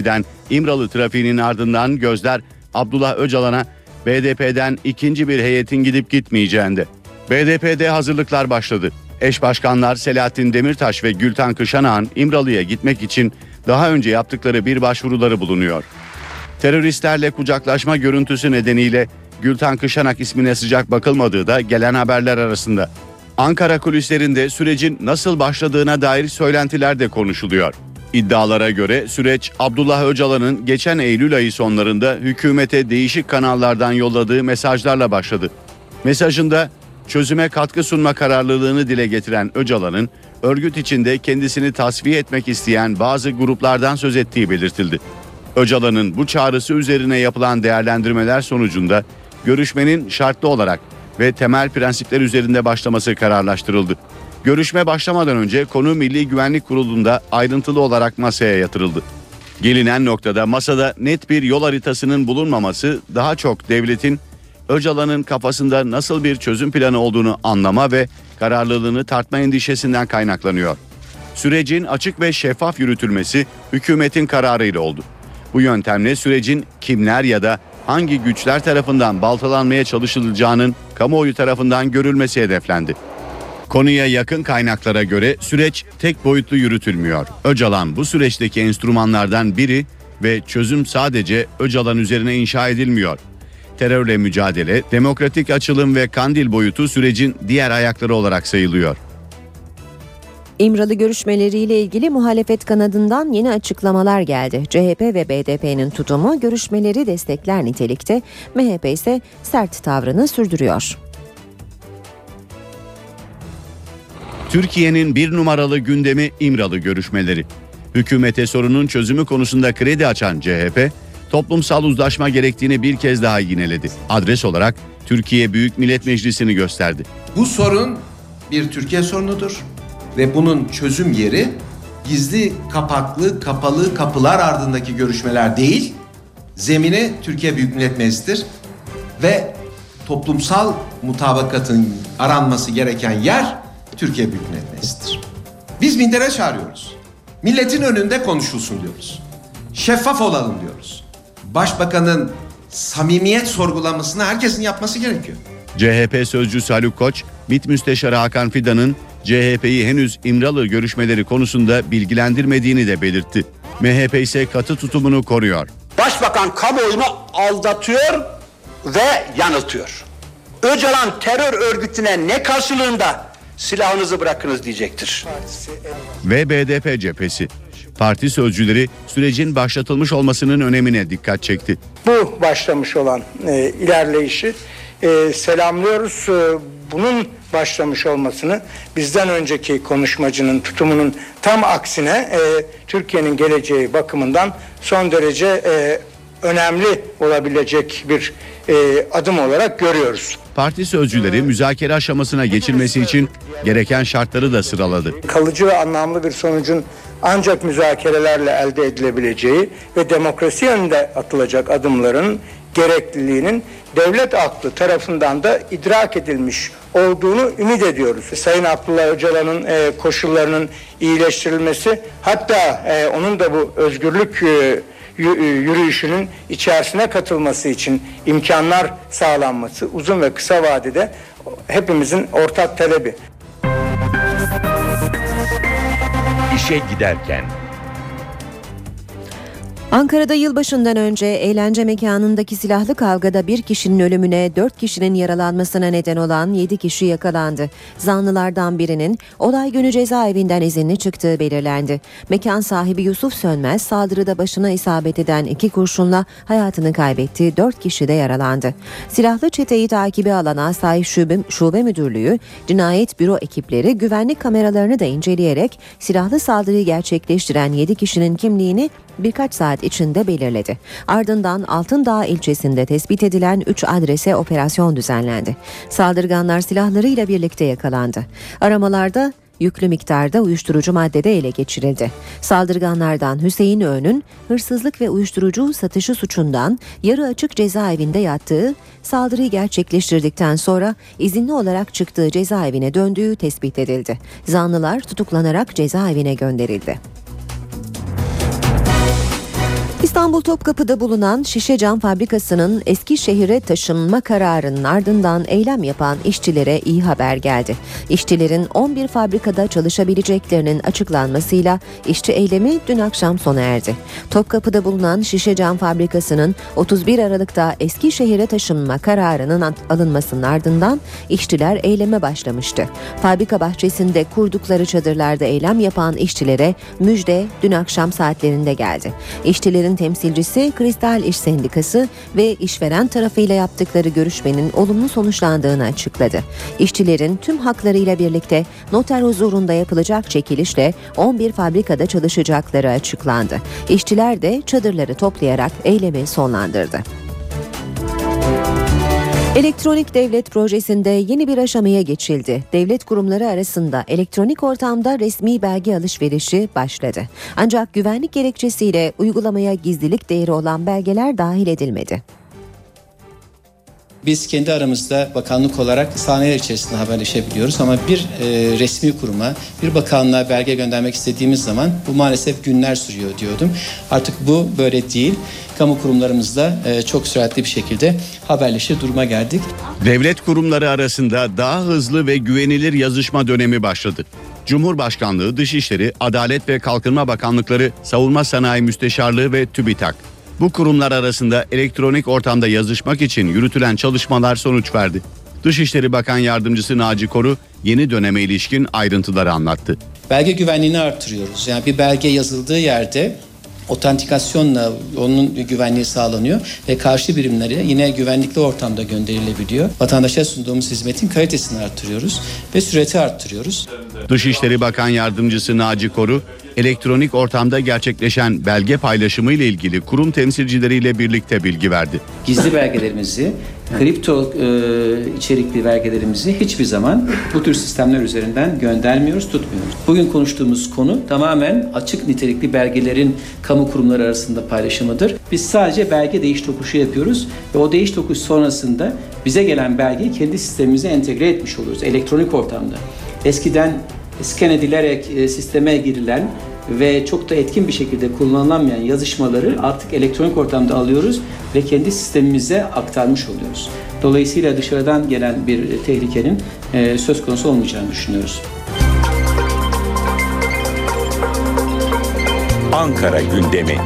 İmralı trafiğinin ardından gözler Abdullah Öcalan'a B D P'den ikinci bir heyetin gidip gitmeyeceğinde. B D P'de hazırlıklar başladı. Eş başkanlar Selahattin Demirtaş ve Gülten Kışanak'ın İmralı'ya gitmek için daha önce yaptıkları bir başvuruları bulunuyor. Teröristlerle kucaklaşma görüntüsü nedeniyle Gülten Kışanak ismine sıcak bakılmadığı da gelen haberler arasında. Ankara kulislerinde sürecin nasıl başladığına dair söylentiler de konuşuluyor. İddialara göre süreç Abdullah Öcalan'ın geçen Eylül ayı sonlarında hükümete değişik kanallardan yolladığı mesajlarla başladı. Mesajında çözüme katkı sunma kararlılığını dile getiren Öcalan'ın örgüt içinde kendisini tasfiye etmek isteyen bazı gruplardan söz ettiği belirtildi. Öcalan'ın bu çağrısı üzerine yapılan değerlendirmeler sonucunda görüşmenin şartlı olarak ve temel prensipler üzerinde başlaması kararlaştırıldı. Görüşme başlamadan önce konu Milli Güvenlik Kurulu'nda ayrıntılı olarak masaya yatırıldı. Gelinen noktada masada net bir yol haritasının bulunmaması daha çok devletin Öcalan'ın kafasında nasıl bir çözüm planı olduğunu anlama ve kararlılığını tartma endişesinden kaynaklanıyor. Sürecin açık ve şeffaf yürütülmesi hükümetin kararıyla oldu. Bu yöntemle sürecin kimler ya da hangi güçler tarafından baltalanmaya çalışılacağının kamuoyu tarafından görülmesi hedeflendi. Konuya yakın kaynaklara göre süreç tek boyutlu yürütülmüyor. Öcalan bu süreçteki enstrümanlardan biri ve çözüm sadece Öcalan üzerine inşa edilmiyor. Terörle mücadele, demokratik açılım ve Kandil boyutu sürecin diğer ayakları olarak sayılıyor. İmralı görüşmeleriyle ilgili muhalefet kanadından yeni açıklamalar geldi. C H P ve B D P'nin tutumu görüşmeleri destekler nitelikte, M H P ise sert tavrını sürdürüyor. Türkiye'nin bir numaralı gündemi İmralı görüşmeleri. Hükümete sorunun çözümü konusunda kredi açan C H P, toplumsal uzlaşma gerektiğini bir kez daha yineledi. Adres olarak Türkiye Büyük Millet Meclisi'ni gösterdi. Bu sorun bir Türkiye sorunudur ve bunun çözüm yeri gizli kapaklı kapalı kapılar ardındaki görüşmeler değil, zemini Türkiye Büyük Millet Meclisi'dir ve toplumsal mutabakatın aranması gereken yer Türkiye Büyük Millet Meclisi'dir. Biz mindere çağırıyoruz. Milletin önünde konuşulsun diyoruz. Şeffaf olalım diyoruz. Başbakanın samimiyet sorgulamasını herkesin yapması gerekiyor. C H P sözcüsü Haluk Koç, MİT Müsteşarı Hakan Fidan'ın C H P'yi henüz İmralı görüşmeleri konusunda bilgilendirmediğini de belirtti. M H P ise katı tutumunu koruyor. Başbakan kamuoyunu aldatıyor ve yanıltıyor. Öcalan terör örgütüne ne karşılığında silahınızı bırakınız diyecektir. Ve B D P cephesi. Parti sözcüleri sürecin başlatılmış olmasının önemine dikkat çekti. Bu başlamış olan e, ilerleyişi e, selamlıyoruz. E, bunun başlamış olmasını bizden önceki konuşmacının tutumunun tam aksine e, Türkiye'nin geleceği bakımından son derece e, önemli olabilecek bir e, adım olarak görüyoruz. Parti sözcüleri müzakere aşamasına geçilmesi için gereken şartları da sıraladı. Kalıcı ve anlamlı bir sonucun ancak müzakerelerle elde edilebileceği ve demokrasi yönünde atılacak adımların gerekliliğinin devlet aklı tarafından da idrak edilmiş olduğunu ümit ediyoruz. Sayın Abdullah Öcalan'ın e, koşullarının iyileştirilmesi, hatta e, onun da bu özgürlük e, yürüyüşünün içerisine katılması için imkanlar sağlanması uzun ve kısa vadede hepimizin ortak talebi. İşe giderken. Ankara'da yılbaşından önce eğlence mekanındaki silahlı kavgada bir kişinin ölümüne dört kişinin yaralanmasına neden olan yedi kişi yakalandı. Zanlılardan birinin olay günü cezaevinden izinli çıktığı belirlendi. Mekan sahibi Yusuf Sönmez saldırıda başına isabet eden iki kurşunla hayatını kaybetti, dört kişi de yaralandı. Silahlı çeteyi takibi alan Asayiş Şube, Şube Müdürlüğü, Cinayet Büro ekipleri güvenlik kameralarını da inceleyerek silahlı saldırıyı gerçekleştiren yedi kişinin kimliğini birkaç saat içinde belirledi. Ardından Altındağ ilçesinde tespit edilen üç adrese operasyon düzenlendi. Saldırganlar silahlarıyla birlikte yakalandı. Aramalarda yüklü miktarda uyuşturucu madde de ele geçirildi. Saldırganlardan Hüseyin Öğün'ün hırsızlık ve uyuşturucu satışı suçundan yarı açık cezaevinde yattığı, saldırıyı gerçekleştirdikten sonra izinli olarak çıktığı cezaevine döndüğü tespit edildi. Zanlılar tutuklanarak cezaevine gönderildi. İstanbul Topkapı'da bulunan şişe cam fabrikasının Eskişehir'e taşınma kararının ardından eylem yapan işçilere iyi haber geldi. İşçilerin on bir fabrikada çalışabileceklerinin açıklanmasıyla işçi eylemi dün akşam sona erdi. Topkapı'da bulunan şişe cam fabrikasının otuz bir Aralık'ta Eskişehir'e taşınma kararının alınmasının ardından işçiler eyleme başlamıştı. Fabrika bahçesinde kurdukları çadırlarda eylem yapan işçilere müjde dün akşam saatlerinde geldi. İşçilerin temsilcisi Kristal İş Sendikası ve işveren tarafıyla yaptıkları görüşmenin olumlu sonuçlandığını açıkladı. İşçilerin tüm haklarıyla birlikte noter huzurunda yapılacak çekilişle on bir fabrikada çalışacakları açıklandı. İşçiler de çadırları toplayarak eylemi sonlandırdı. Elektronik devlet projesinde yeni bir aşamaya geçildi. Devlet kurumları arasında elektronik ortamda resmi belge alışverişi başladı. Ancak güvenlik gerekçesiyle uygulamaya gizlilik değeri olan belgeler dahil edilmedi. Biz kendi aramızda bakanlık olarak saniyeler içerisinde haberleşebiliyoruz ama bir e, resmi kuruma, bir bakanlığa belge göndermek istediğimiz zaman bu maalesef günler sürüyor diyordum. Artık bu böyle değil. Kamu kurumlarımızla e, çok süratli bir şekilde haberleşir duruma geldik. Devlet kurumları arasında daha hızlı ve güvenilir yazışma dönemi başladı. Cumhurbaşkanlığı, Dışişleri, Adalet ve Kalkınma Bakanlıkları, Savunma Sanayi Müsteşarlığı ve TÜBİTAK. Bu kurumlar arasında elektronik ortamda yazışmak için yürütülen çalışmalar sonuç verdi. Dışişleri Bakan Yardımcısı Naci Koru yeni döneme ilişkin ayrıntıları anlattı. Belge güvenliğini artırıyoruz. Yani bir belge yazıldığı yerde otantikasyonla onun güvenliği sağlanıyor ve karşı birimlere yine güvenlikli ortamda gönderilebiliyor. Vatandaşa sunduğumuz hizmetin kalitesini artırıyoruz ve süreti arttırıyoruz. Dışişleri Bakan Yardımcısı Naci Koru, elektronik ortamda gerçekleşen belge paylaşımı ile ilgili kurum temsilcileriyle birlikte bilgi verdi. Gizli belgelerimizi, kripto e, içerikli belgelerimizi hiçbir zaman bu tür sistemler üzerinden göndermiyoruz, tutmuyoruz. Bugün konuştuğumuz konu tamamen açık nitelikli belgelerin kamu kurumları arasında paylaşımıdır. Biz sadece belge değiş tokuşu yapıyoruz ve o değiş tokuş sonrasında bize gelen belgeyi kendi sistemimize entegre etmiş oluyoruz elektronik ortamda. Eskiden scan edilerek e, sisteme girilen ve çok da etkin bir şekilde kullanılamayan yazışmaları artık elektronik ortamda alıyoruz ve kendi sistemimize aktarmış oluyoruz. Dolayısıyla dışarıdan gelen bir tehlikenin e, söz konusu olmayacağını düşünüyoruz. Ankara gündemi.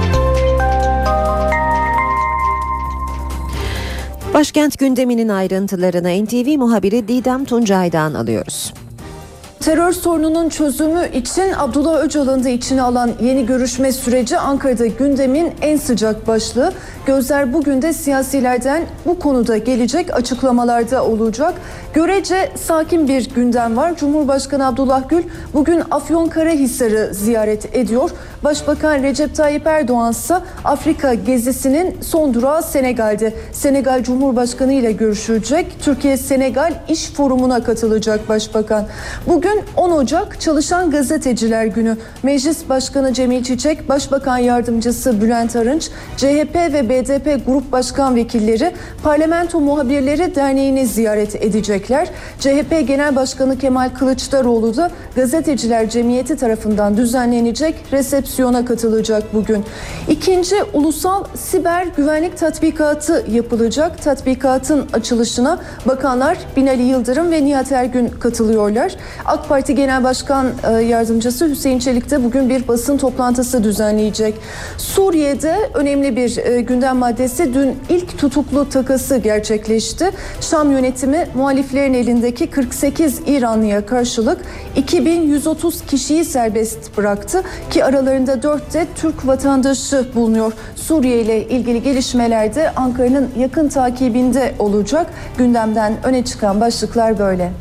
Başkent gündeminin ayrıntılarını N T V muhabiri Didem Tuncay'dan alıyoruz. Terör sorununun çözümü için Abdullah Öcalan'ı da içine alan yeni görüşme süreci Ankara'da gündemin en sıcak başlığı. Gözler bugün de siyasilerden bu konuda gelecek açıklamalarda olacak. Görece sakin bir gündem var. Cumhurbaşkanı Abdullah Gül bugün Afyonkarahisar'ı ziyaret ediyor. Başbakan Recep Tayyip Erdoğan ise Afrika gezisinin son durağı Senegal'de. Senegal Cumhurbaşkanı ile görüşecek. Türkiye-Senegal İş Forumu'na katılacak Başbakan. Bugün on Ocak Çalışan Gazeteciler Günü. Meclis Başkanı Cemil Çiçek, Başbakan Yardımcısı Bülent Arınç, C H P ve B D P Grup Başkan Vekilleri Parlamento Muhabirleri Derneği'ni ziyaret edecekler. C H P Genel Başkanı Kemal Kılıçdaroğlu da Gazeteciler Cemiyeti tarafından düzenlenecek resepsiyona katılacak bugün. İkinci Ulusal Siber Güvenlik Tatbikatı yapılacak. Tatbikatın açılışına bakanlar Binali Yıldırım ve Nihat Ergün katılıyorlar. AK Parti Genel Başkan Yardımcısı Hüseyin Çelik de bugün bir basın toplantısı düzenleyecek. Suriye'de önemli bir gündem maddesi, dün ilk tutuklu takası gerçekleşti. Şam yönetimi muhaliflerin elindeki kırk sekiz İranlıya karşılık iki bin yüz otuz kişiyi serbest bıraktı ki aralarında dört de Türk vatandaşı bulunuyor. Suriye ile ilgili gelişmelerde Ankara'nın yakın takibinde olacak. Gündemden öne çıkan başlıklar böyle.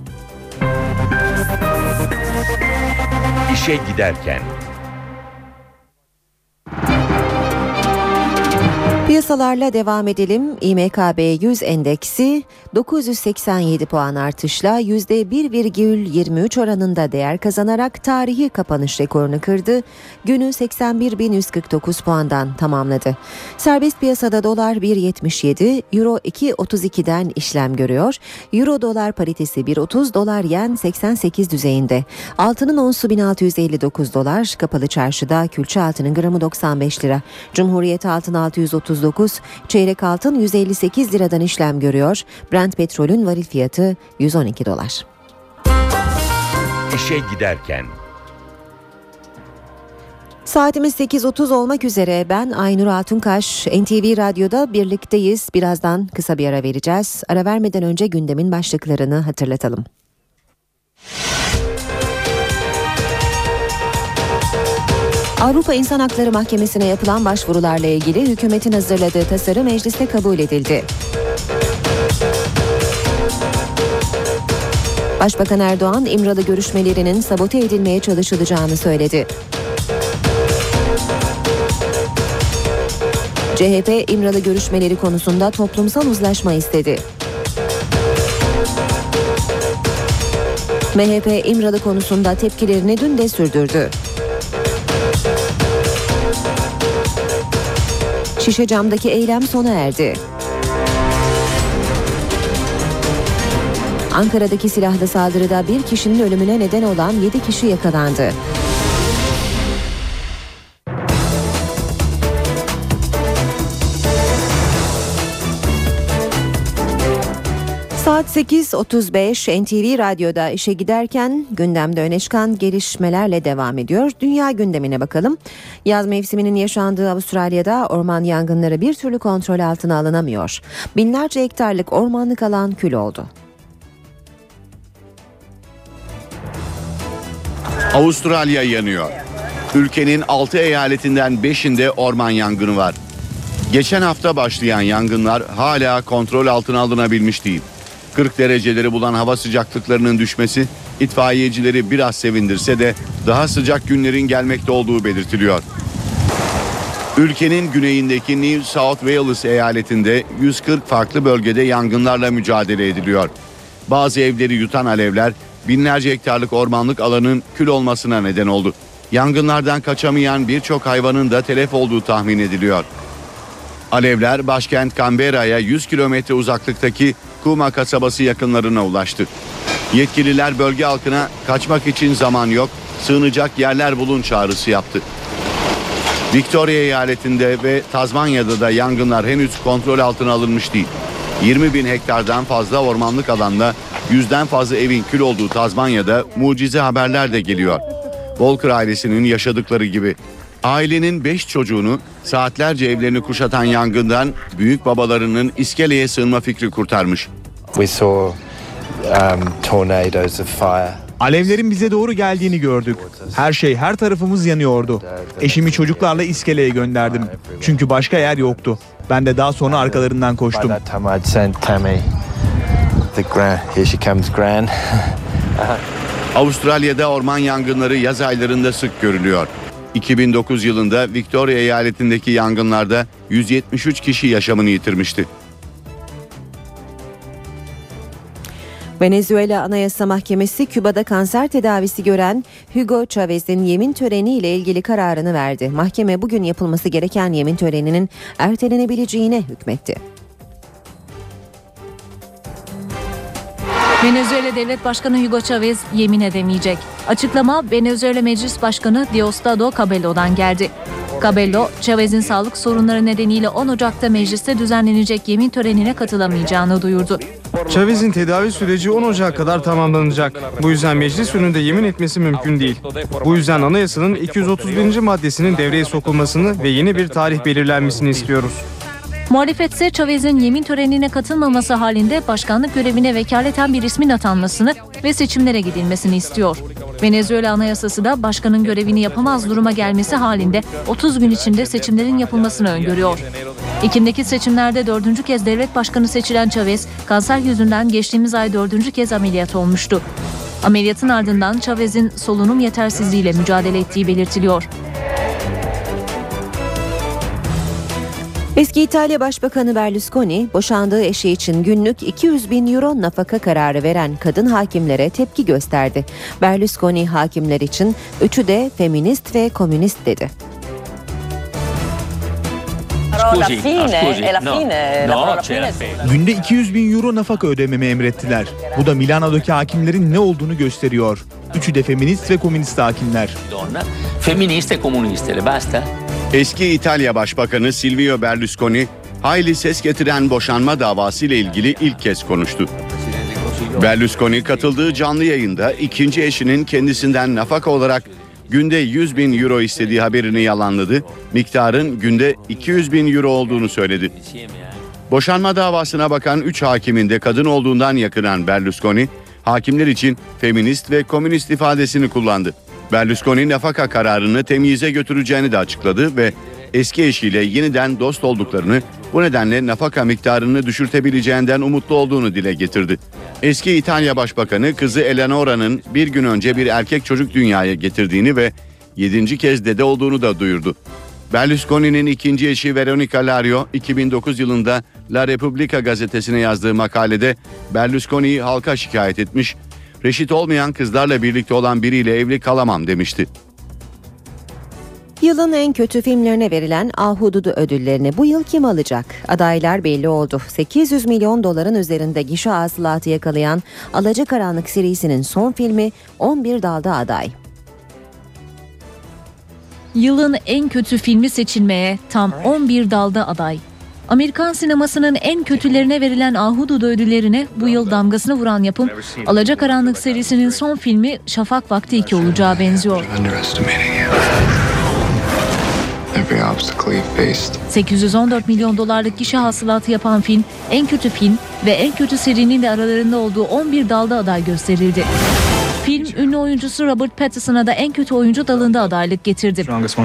İşe giderken. Piyasalarla devam edelim. İ M K B yüz endeksi dokuz yüz seksen yedi puan artışla yüzde bir virgül yirmi üç oranında değer kazanarak tarihi kapanış rekorunu kırdı. Günü seksen bir bin yüz kırk dokuz puandan tamamladı. Serbest piyasada dolar bir virgül yetmiş yedi, euro iki virgül otuz iki'den işlem görüyor. Euro dolar paritesi bir virgül otuz, dolar yen seksen sekiz düzeyinde. Altının onsu bin altı yüz elli dokuz dolar, kapalı çarşıda külçe altının gramı doksan beş lira. Cumhuriyet altın altı yüz otuz dokuz, çeyrek altın yüz elli sekiz liradan işlem görüyor. Brent petrolün varil fiyatı yüz on iki dolar. İşe giderken. Saatimiz sekiz otuz olmak üzere. Ben Aynur Altunkaş. N T V Radyo'da birlikteyiz. Birazdan kısa bir ara vereceğiz. Ara vermeden önce gündemin başlıklarını hatırlatalım. Avrupa İnsan Hakları Mahkemesi'ne yapılan başvurularla ilgili hükümetin hazırladığı tasarı mecliste kabul edildi. Başbakan Erdoğan, İmralı görüşmelerinin sabote edilmeye çalışılacağını söyledi. C H P, İmralı görüşmeleri konusunda toplumsal uzlaşma istedi. M H P, İmralı konusunda tepkilerini dün de sürdürdü. Şişecam'daki eylem sona erdi. Ankara'daki silahlı saldırıda bir kişinin ölümüne neden olan yedi kişi yakalandı. Saat sekiz otuz beş N T V Radyo'da işe giderken gündemde öne çıkan gelişmelerle devam ediyor. Dünya gündemine bakalım. Yaz mevsiminin yaşandığı Avustralya'da orman yangınları bir türlü kontrol altına alınamıyor. Binlerce hektarlık ormanlık alan kül oldu. Avustralya yanıyor. Ülkenin altı eyaletinden beşinde orman yangını var. Geçen hafta başlayan yangınlar hala kontrol altına alınabilmiş değil. kırk dereceleri bulan hava sıcaklıklarının düşmesi itfaiyecileri biraz sevindirse de daha sıcak günlerin gelmekte olduğu belirtiliyor. Ülkenin güneyindeki New South Wales eyaletinde yüz kırk farklı bölgede yangınlarla mücadele ediliyor. Bazı evleri yutan alevler binlerce hektarlık ormanlık alanın kül olmasına neden oldu. Yangınlardan kaçamayan birçok hayvanın da telef olduğu tahmin ediliyor. Alevler başkent Canberra'ya yüz kilometre uzaklıktaki Cooma kasabası yakınlarına ulaştı. Yetkililer bölge halkına kaçmak için zaman yok, sığınacak yerler bulun çağrısı yaptı. Victoria eyaletinde ve Tazmanya'da da yangınlar henüz kontrol altına alınmış değil. yirmi bin hektardan fazla ormanlık alanda yüzden fazla evin kül olduğu Tazmanya'da mucize haberler de geliyor. Walker ailesinin yaşadıkları gibi. Ailenin beş çocuğunu saatlerce evlerini kuşatan yangından büyük babalarının iskeleye sığınma fikri kurtarmış. We saw um, tornadoes of fire. Alevlerin bize doğru geldiğini gördük. Her şey, her tarafımız yanıyordu. Eşimi çocuklarla iskeleye gönderdim. Çünkü başka yer yoktu. Ben de daha sonra arkalarından koştum. Avustralya'da orman yangınları yaz aylarında sık görülüyor. iki bin dokuz yılında Victoria eyaletindeki yangınlarda yüz yetmiş üç kişi yaşamını yitirmişti. Venezuela Anayasa Mahkemesi Küba'da kanser tedavisi gören Hugo Chávez'in yemin töreni ile ilgili kararını verdi. Mahkeme bugün yapılması gereken yemin töreninin ertelenebileceğine hükmetti. Venezuela Devlet Başkanı Hugo Chávez yemin edemeyecek. Açıklama Venezuela Meclis Başkanı Diosdado Cabello'dan geldi. Cabello, Chávez'in sağlık sorunları nedeniyle on Ocak'ta mecliste düzenlenecek yemin törenine katılamayacağını duyurdu. Chávez'in tedavi süreci on Ocak'a kadar tamamlanacak. Bu yüzden meclis önünde yemin etmesi mümkün değil. Bu yüzden anayasanın iki yüz otuz birinci maddesinin devreye sokulmasını ve yeni bir tarih belirlenmesini istiyoruz. Muhalefet ise Chávez'in yemin törenine katılmaması halinde başkanlık görevine vekaleten bir ismin atanmasını ve seçimlere gidilmesini istiyor. Venezuela Anayasası da başkanın görevini yapamaz duruma gelmesi halinde otuz gün içinde seçimlerin yapılmasını öngörüyor. Ekim'deki seçimlerde dördüncü kez devlet başkanı seçilen Chávez, kanser yüzünden geçtiğimiz ay dördüncü kez ameliyat olmuştu. Ameliyatın ardından Chávez'in solunum yetersizliğiyle mücadele ettiği belirtiliyor. Eski İtalya Başbakanı Berlusconi, boşandığı eşi için günlük iki yüz bin euro nafaka kararı veren kadın hakimlere tepki gösterdi. Berlusconi hakimler için üçü de feminist ve komünist dedi. Günde iki yüz bin euro nafaka ödememi emrettiler. Bu da Milano'daki hakimlerin ne olduğunu gösteriyor. Üçü de feminist ve komünist hakimler. Eski İtalya Başbakanı Silvio Berlusconi, hayli ses getiren boşanma davası ile ilgili ilk kez konuştu. Berlusconi katıldığı canlı yayında ikinci eşinin kendisinden nafaka olarak günde yüz bin euro istediği haberini yalanladı, miktarın günde iki yüz bin euro olduğunu söyledi. Boşanma davasına bakan üç hakimin de kadın olduğundan yakınan Berlusconi, hakimler için feminist ve komünist ifadesini kullandı. Berlusconi nafaka kararını temyize götüreceğini de açıkladı ve eski eşiyle yeniden dost olduklarını, bu nedenle nafaka miktarını düşürtebileceğinden umutlu olduğunu dile getirdi. Eski İtalya Başbakanı kızı Eleanora'nın bir gün önce bir erkek çocuk dünyaya getirdiğini ve yedinci kez dede olduğunu da duyurdu. Berlusconi'nin ikinci eşi Veronica Lario, iki bin dokuz yılında La Repubblica gazetesine yazdığı makalede Berlusconi'yi halka şikayet etmiş, reşit olmayan kızlarla birlikte olan biriyle evli kalamam demişti. Yılın en kötü filmlerine verilen Ahududu ödüllerini bu yıl kim alacak? Adaylar belli oldu. sekiz yüz milyon doların üzerinde gişe hasılatı yakalayan Alacakaranlık serisinin son filmi on bir dalda aday. Yılın en kötü filmi seçilmeye tam on bir dalda aday. Amerikan sinemasının en kötülerine verilen Ahududu ödüllerine bu yıl damgasını vuran yapım Alacakaranlık serisinin son filmi Şafak Vakti iki olacağı benziyor. sekiz yüz on dört milyon dolarlık gişe hasılatı yapan film, en kötü film ve en kötü serinin de aralarında olduğu on bir dalda aday gösterildi. Film, ünlü oyuncusu Robert Pattinson'a da en kötü oyuncu dalında adaylık getirdi.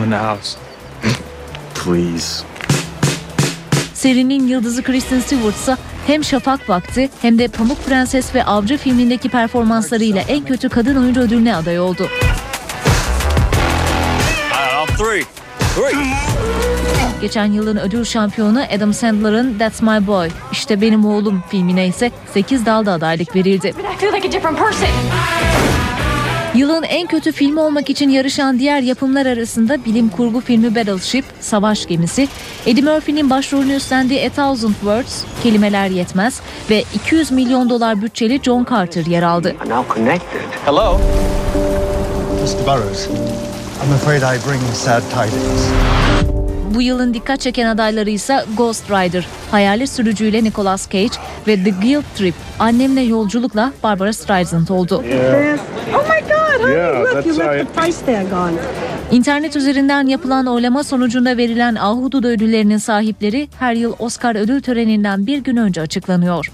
Serinin yıldızı Kristen Stewart ise hem Şafak Vakti hem de Pamuk Prenses ve Avcı filmindeki performanslarıyla en kötü kadın oyuncu ödülüne aday oldu. Geçen yılın ödül şampiyonu Adam Sandler'ın That's My Boy, İşte Benim Oğlum filmine ise sekiz dalda adaylık verildi. Yılın en kötü filmi olmak için yarışan diğer yapımlar arasında bilim kurgu filmi Battleship, Savaş Gemisi, Eddie Murphy'nin başrolünü üstlendiği A Thousand Words, Kelimeler Yetmez ve iki yüz milyon dolar bütçeli John Carter yer aldı. Hello. mister Burroughs, I'm afraid I bring sad tidings. Bu yılın dikkat çeken adayları ise Ghost Rider, Hayalet Sürücüyle Nicolas Cage ve The Guilt Trip, Annemle Yolculukla Barbara Streisand oldu. Yeah. Oh my God, honey, yeah, look, you left the price tag on. İnternet üzerinden yapılan oylama sonucunda verilen Ahududu ödüllerinin sahipleri her yıl Oscar ödül töreninden bir gün önce açıklanıyor.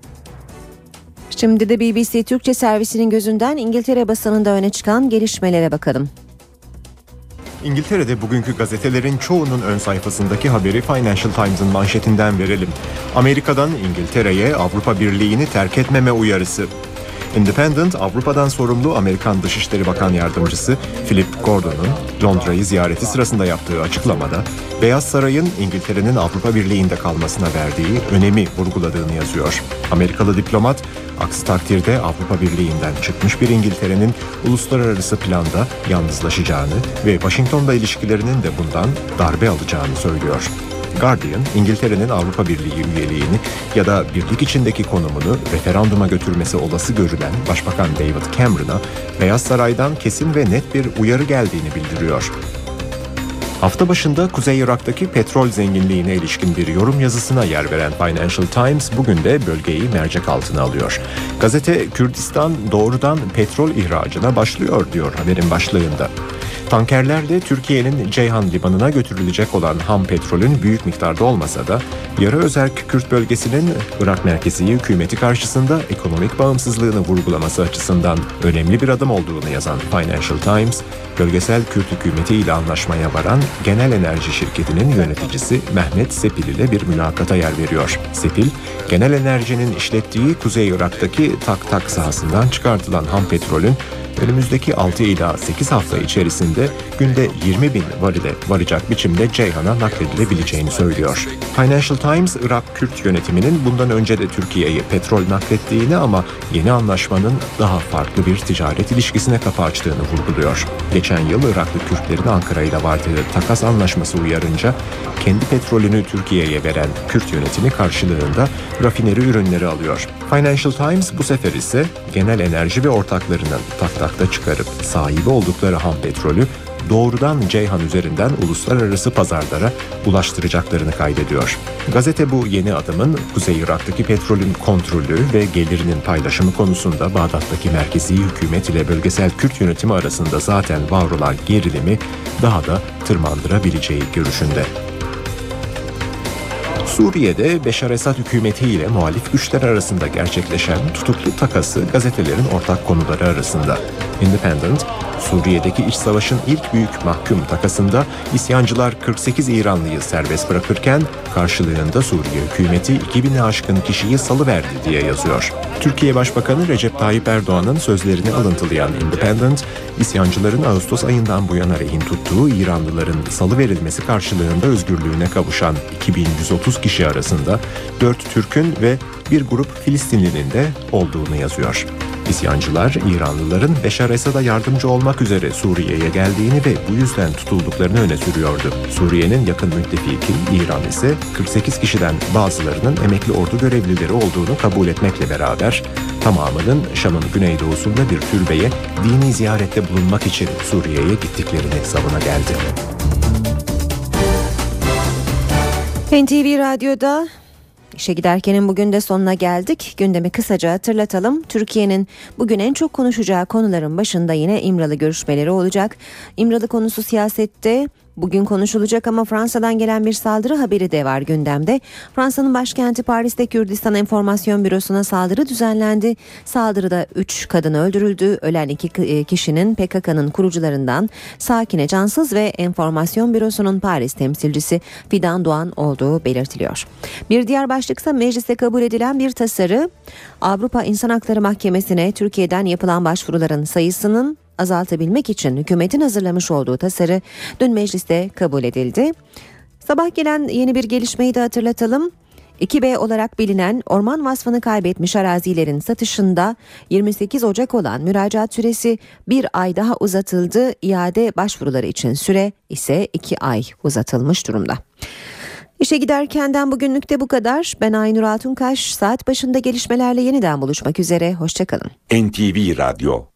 Şimdi de B B C Türkçe servisinin gözünden İngiltere basınında öne çıkan gelişmelere bakalım. İngiltere'de bugünkü gazetelerin çoğunun ön sayfasındaki haberi Financial Times'ın manşetinden verelim. Amerika'dan İngiltere'ye Avrupa Birliği'ni terk etmeme uyarısı. Independent, Avrupa'dan sorumlu Amerikan Dışişleri Bakan Yardımcısı Philip Gordon'un Londra'yı ziyareti sırasında yaptığı açıklamada Beyaz Saray'ın İngiltere'nin Avrupa Birliği'nde kalmasına verdiği önemi vurguladığını yazıyor. Amerikalı diplomat, aksi takdirde Avrupa Birliği'nden çıkmış bir İngiltere'nin uluslararası planda yalnızlaşacağını ve Washington'la ilişkilerinin de bundan darbe alacağını söylüyor. Guardian, İngiltere'nin Avrupa Birliği üyeliğini ya da birlik içindeki konumunu referanduma götürmesi olası görülen Başbakan David Cameron'a Beyaz Saray'dan kesin ve net bir uyarı geldiğini bildiriyor. Hafta başında Kuzey Irak'taki petrol zenginliğine ilişkin bir yorum yazısına yer veren Financial Times bugün de bölgeyi mercek altına alıyor. Gazete, Kürdistan doğrudan petrol ihracına başlıyor diyor haberin başlığında. Tankerlerle Türkiye'nin Ceyhan Limanı'na götürülecek olan ham petrolün büyük miktarda olmasa da yarı özerk Kürt bölgesinin Irak merkezi hükümeti karşısında ekonomik bağımsızlığını vurgulaması açısından önemli bir adım olduğunu yazan Financial Times, bölgesel Kürt hükümeti ile anlaşmaya varan Genel Enerji Şirketi'nin yöneticisi Mehmet Sepil ile bir mülakata yer veriyor. Sepil, Genel Enerji'nin işlettiği Kuzey Irak'taki Tak Tak sahasından çıkartılan ham petrolün önümüzdeki altı ila sekiz hafta içerisinde içinde günde yirmi bin varile varacak biçimde Ceyhan'a nakledilebileceğini söylüyor. Financial Times, Irak Kürt yönetiminin bundan önce de Türkiye'ye petrol naklettiğini ama yeni anlaşmanın daha farklı bir ticaret ilişkisine kapı açtığını vurguluyor. Geçen yıl Iraklı Kürtlerin Ankara ile vardığı takas anlaşması uyarınca kendi petrolünü Türkiye'ye veren Kürt yönetimi karşılığında rafineri ürünleri alıyor. Financial Times bu sefer ise Genel Enerji ve ortaklarının tak takta çıkarıp sahibi oldukları ham petrolü doğrudan Ceyhan üzerinden uluslararası pazarlara ulaştıracaklarını kaydediyor. Gazete bu yeni adımın Kuzey Irak'taki petrolün kontrolü ve gelirinin paylaşımı konusunda Bağdat'taki merkezi hükümet ile bölgesel Kürt yönetimi arasında zaten var olan gerilimi daha da tırmandırabileceği görüşünde. Suriye'de Beşar Esad hükümeti ile muhalif güçler arasında gerçekleşen tutuklu takası gazetelerin ortak konuları arasında. Independent, Suriye'deki iç savaşın ilk büyük mahkum takasında isyancılar kırk sekiz İranlıyı serbest bırakırken karşılığında Suriye hükümeti iki bini aşkın kişiyi salıverdi diye yazıyor. Türkiye Başbakanı Recep Tayyip Erdoğan'ın sözlerini alıntılayan Independent, isyancıların Ağustos ayından bu yana rehin tuttuğu İranlıların salıverilmesi karşılığında özgürlüğüne kavuşan iki bin yüz otuz kişi arasında dört Türk'ün ve bir grup Filistinlinin de olduğunu yazıyor. İsyancılar, İranlıların Beşar Esad'a yardımcı olmak üzere Suriye'ye geldiğini ve bu yüzden tutulduklarını öne sürüyordu. Suriye'nin yakın müttefiki İran ise kırk sekiz kişiden bazılarının emekli ordu görevlileri olduğunu kabul etmekle beraber tamamının Şam'ın güneydoğusunda bir türbeye dini ziyarette bulunmak için Suriye'ye gittiklerini savuna geldi. N T V Radyo'da İşe giderkenin bugün de sonuna geldik. Gündemi kısaca hatırlatalım. Türkiye'nin bugün en çok konuşacağı konuların başında yine İmralı görüşmeleri olacak. İmralı konusu siyasette bugün konuşulacak ama Fransa'dan gelen bir saldırı haberi de var gündemde. Fransa'nın başkenti Paris'te Kürdistan Enformasyon Bürosu'na saldırı düzenlendi. Saldırıda üç kadın öldürüldü. Ölen iki kişinin P K K'nın kurucularından Sakine Cansız ve Enformasyon Bürosu'nun Paris temsilcisi Fidan Doğan olduğu belirtiliyor. Bir diğer başlıksa mecliste kabul edilen bir tasarı Avrupa İnsan Hakları Mahkemesi'ne Türkiye'den yapılan başvuruların sayısının azaltabilmek için hükümetin hazırlamış olduğu tasarı dün mecliste kabul edildi. Sabah gelen yeni bir gelişmeyi de hatırlatalım. iki B olarak bilinen orman vasfını kaybetmiş arazilerin satışında yirmi sekiz Ocak olan müracaat süresi bir ay daha uzatıldı. İade başvuruları için süre ise iki ay uzatılmış durumda. İşe giderkenden bugünlük de bu kadar. Ben Aynur Altunkaş. Saat başında gelişmelerle yeniden buluşmak üzere. Hoşçakalın. N T V Radyo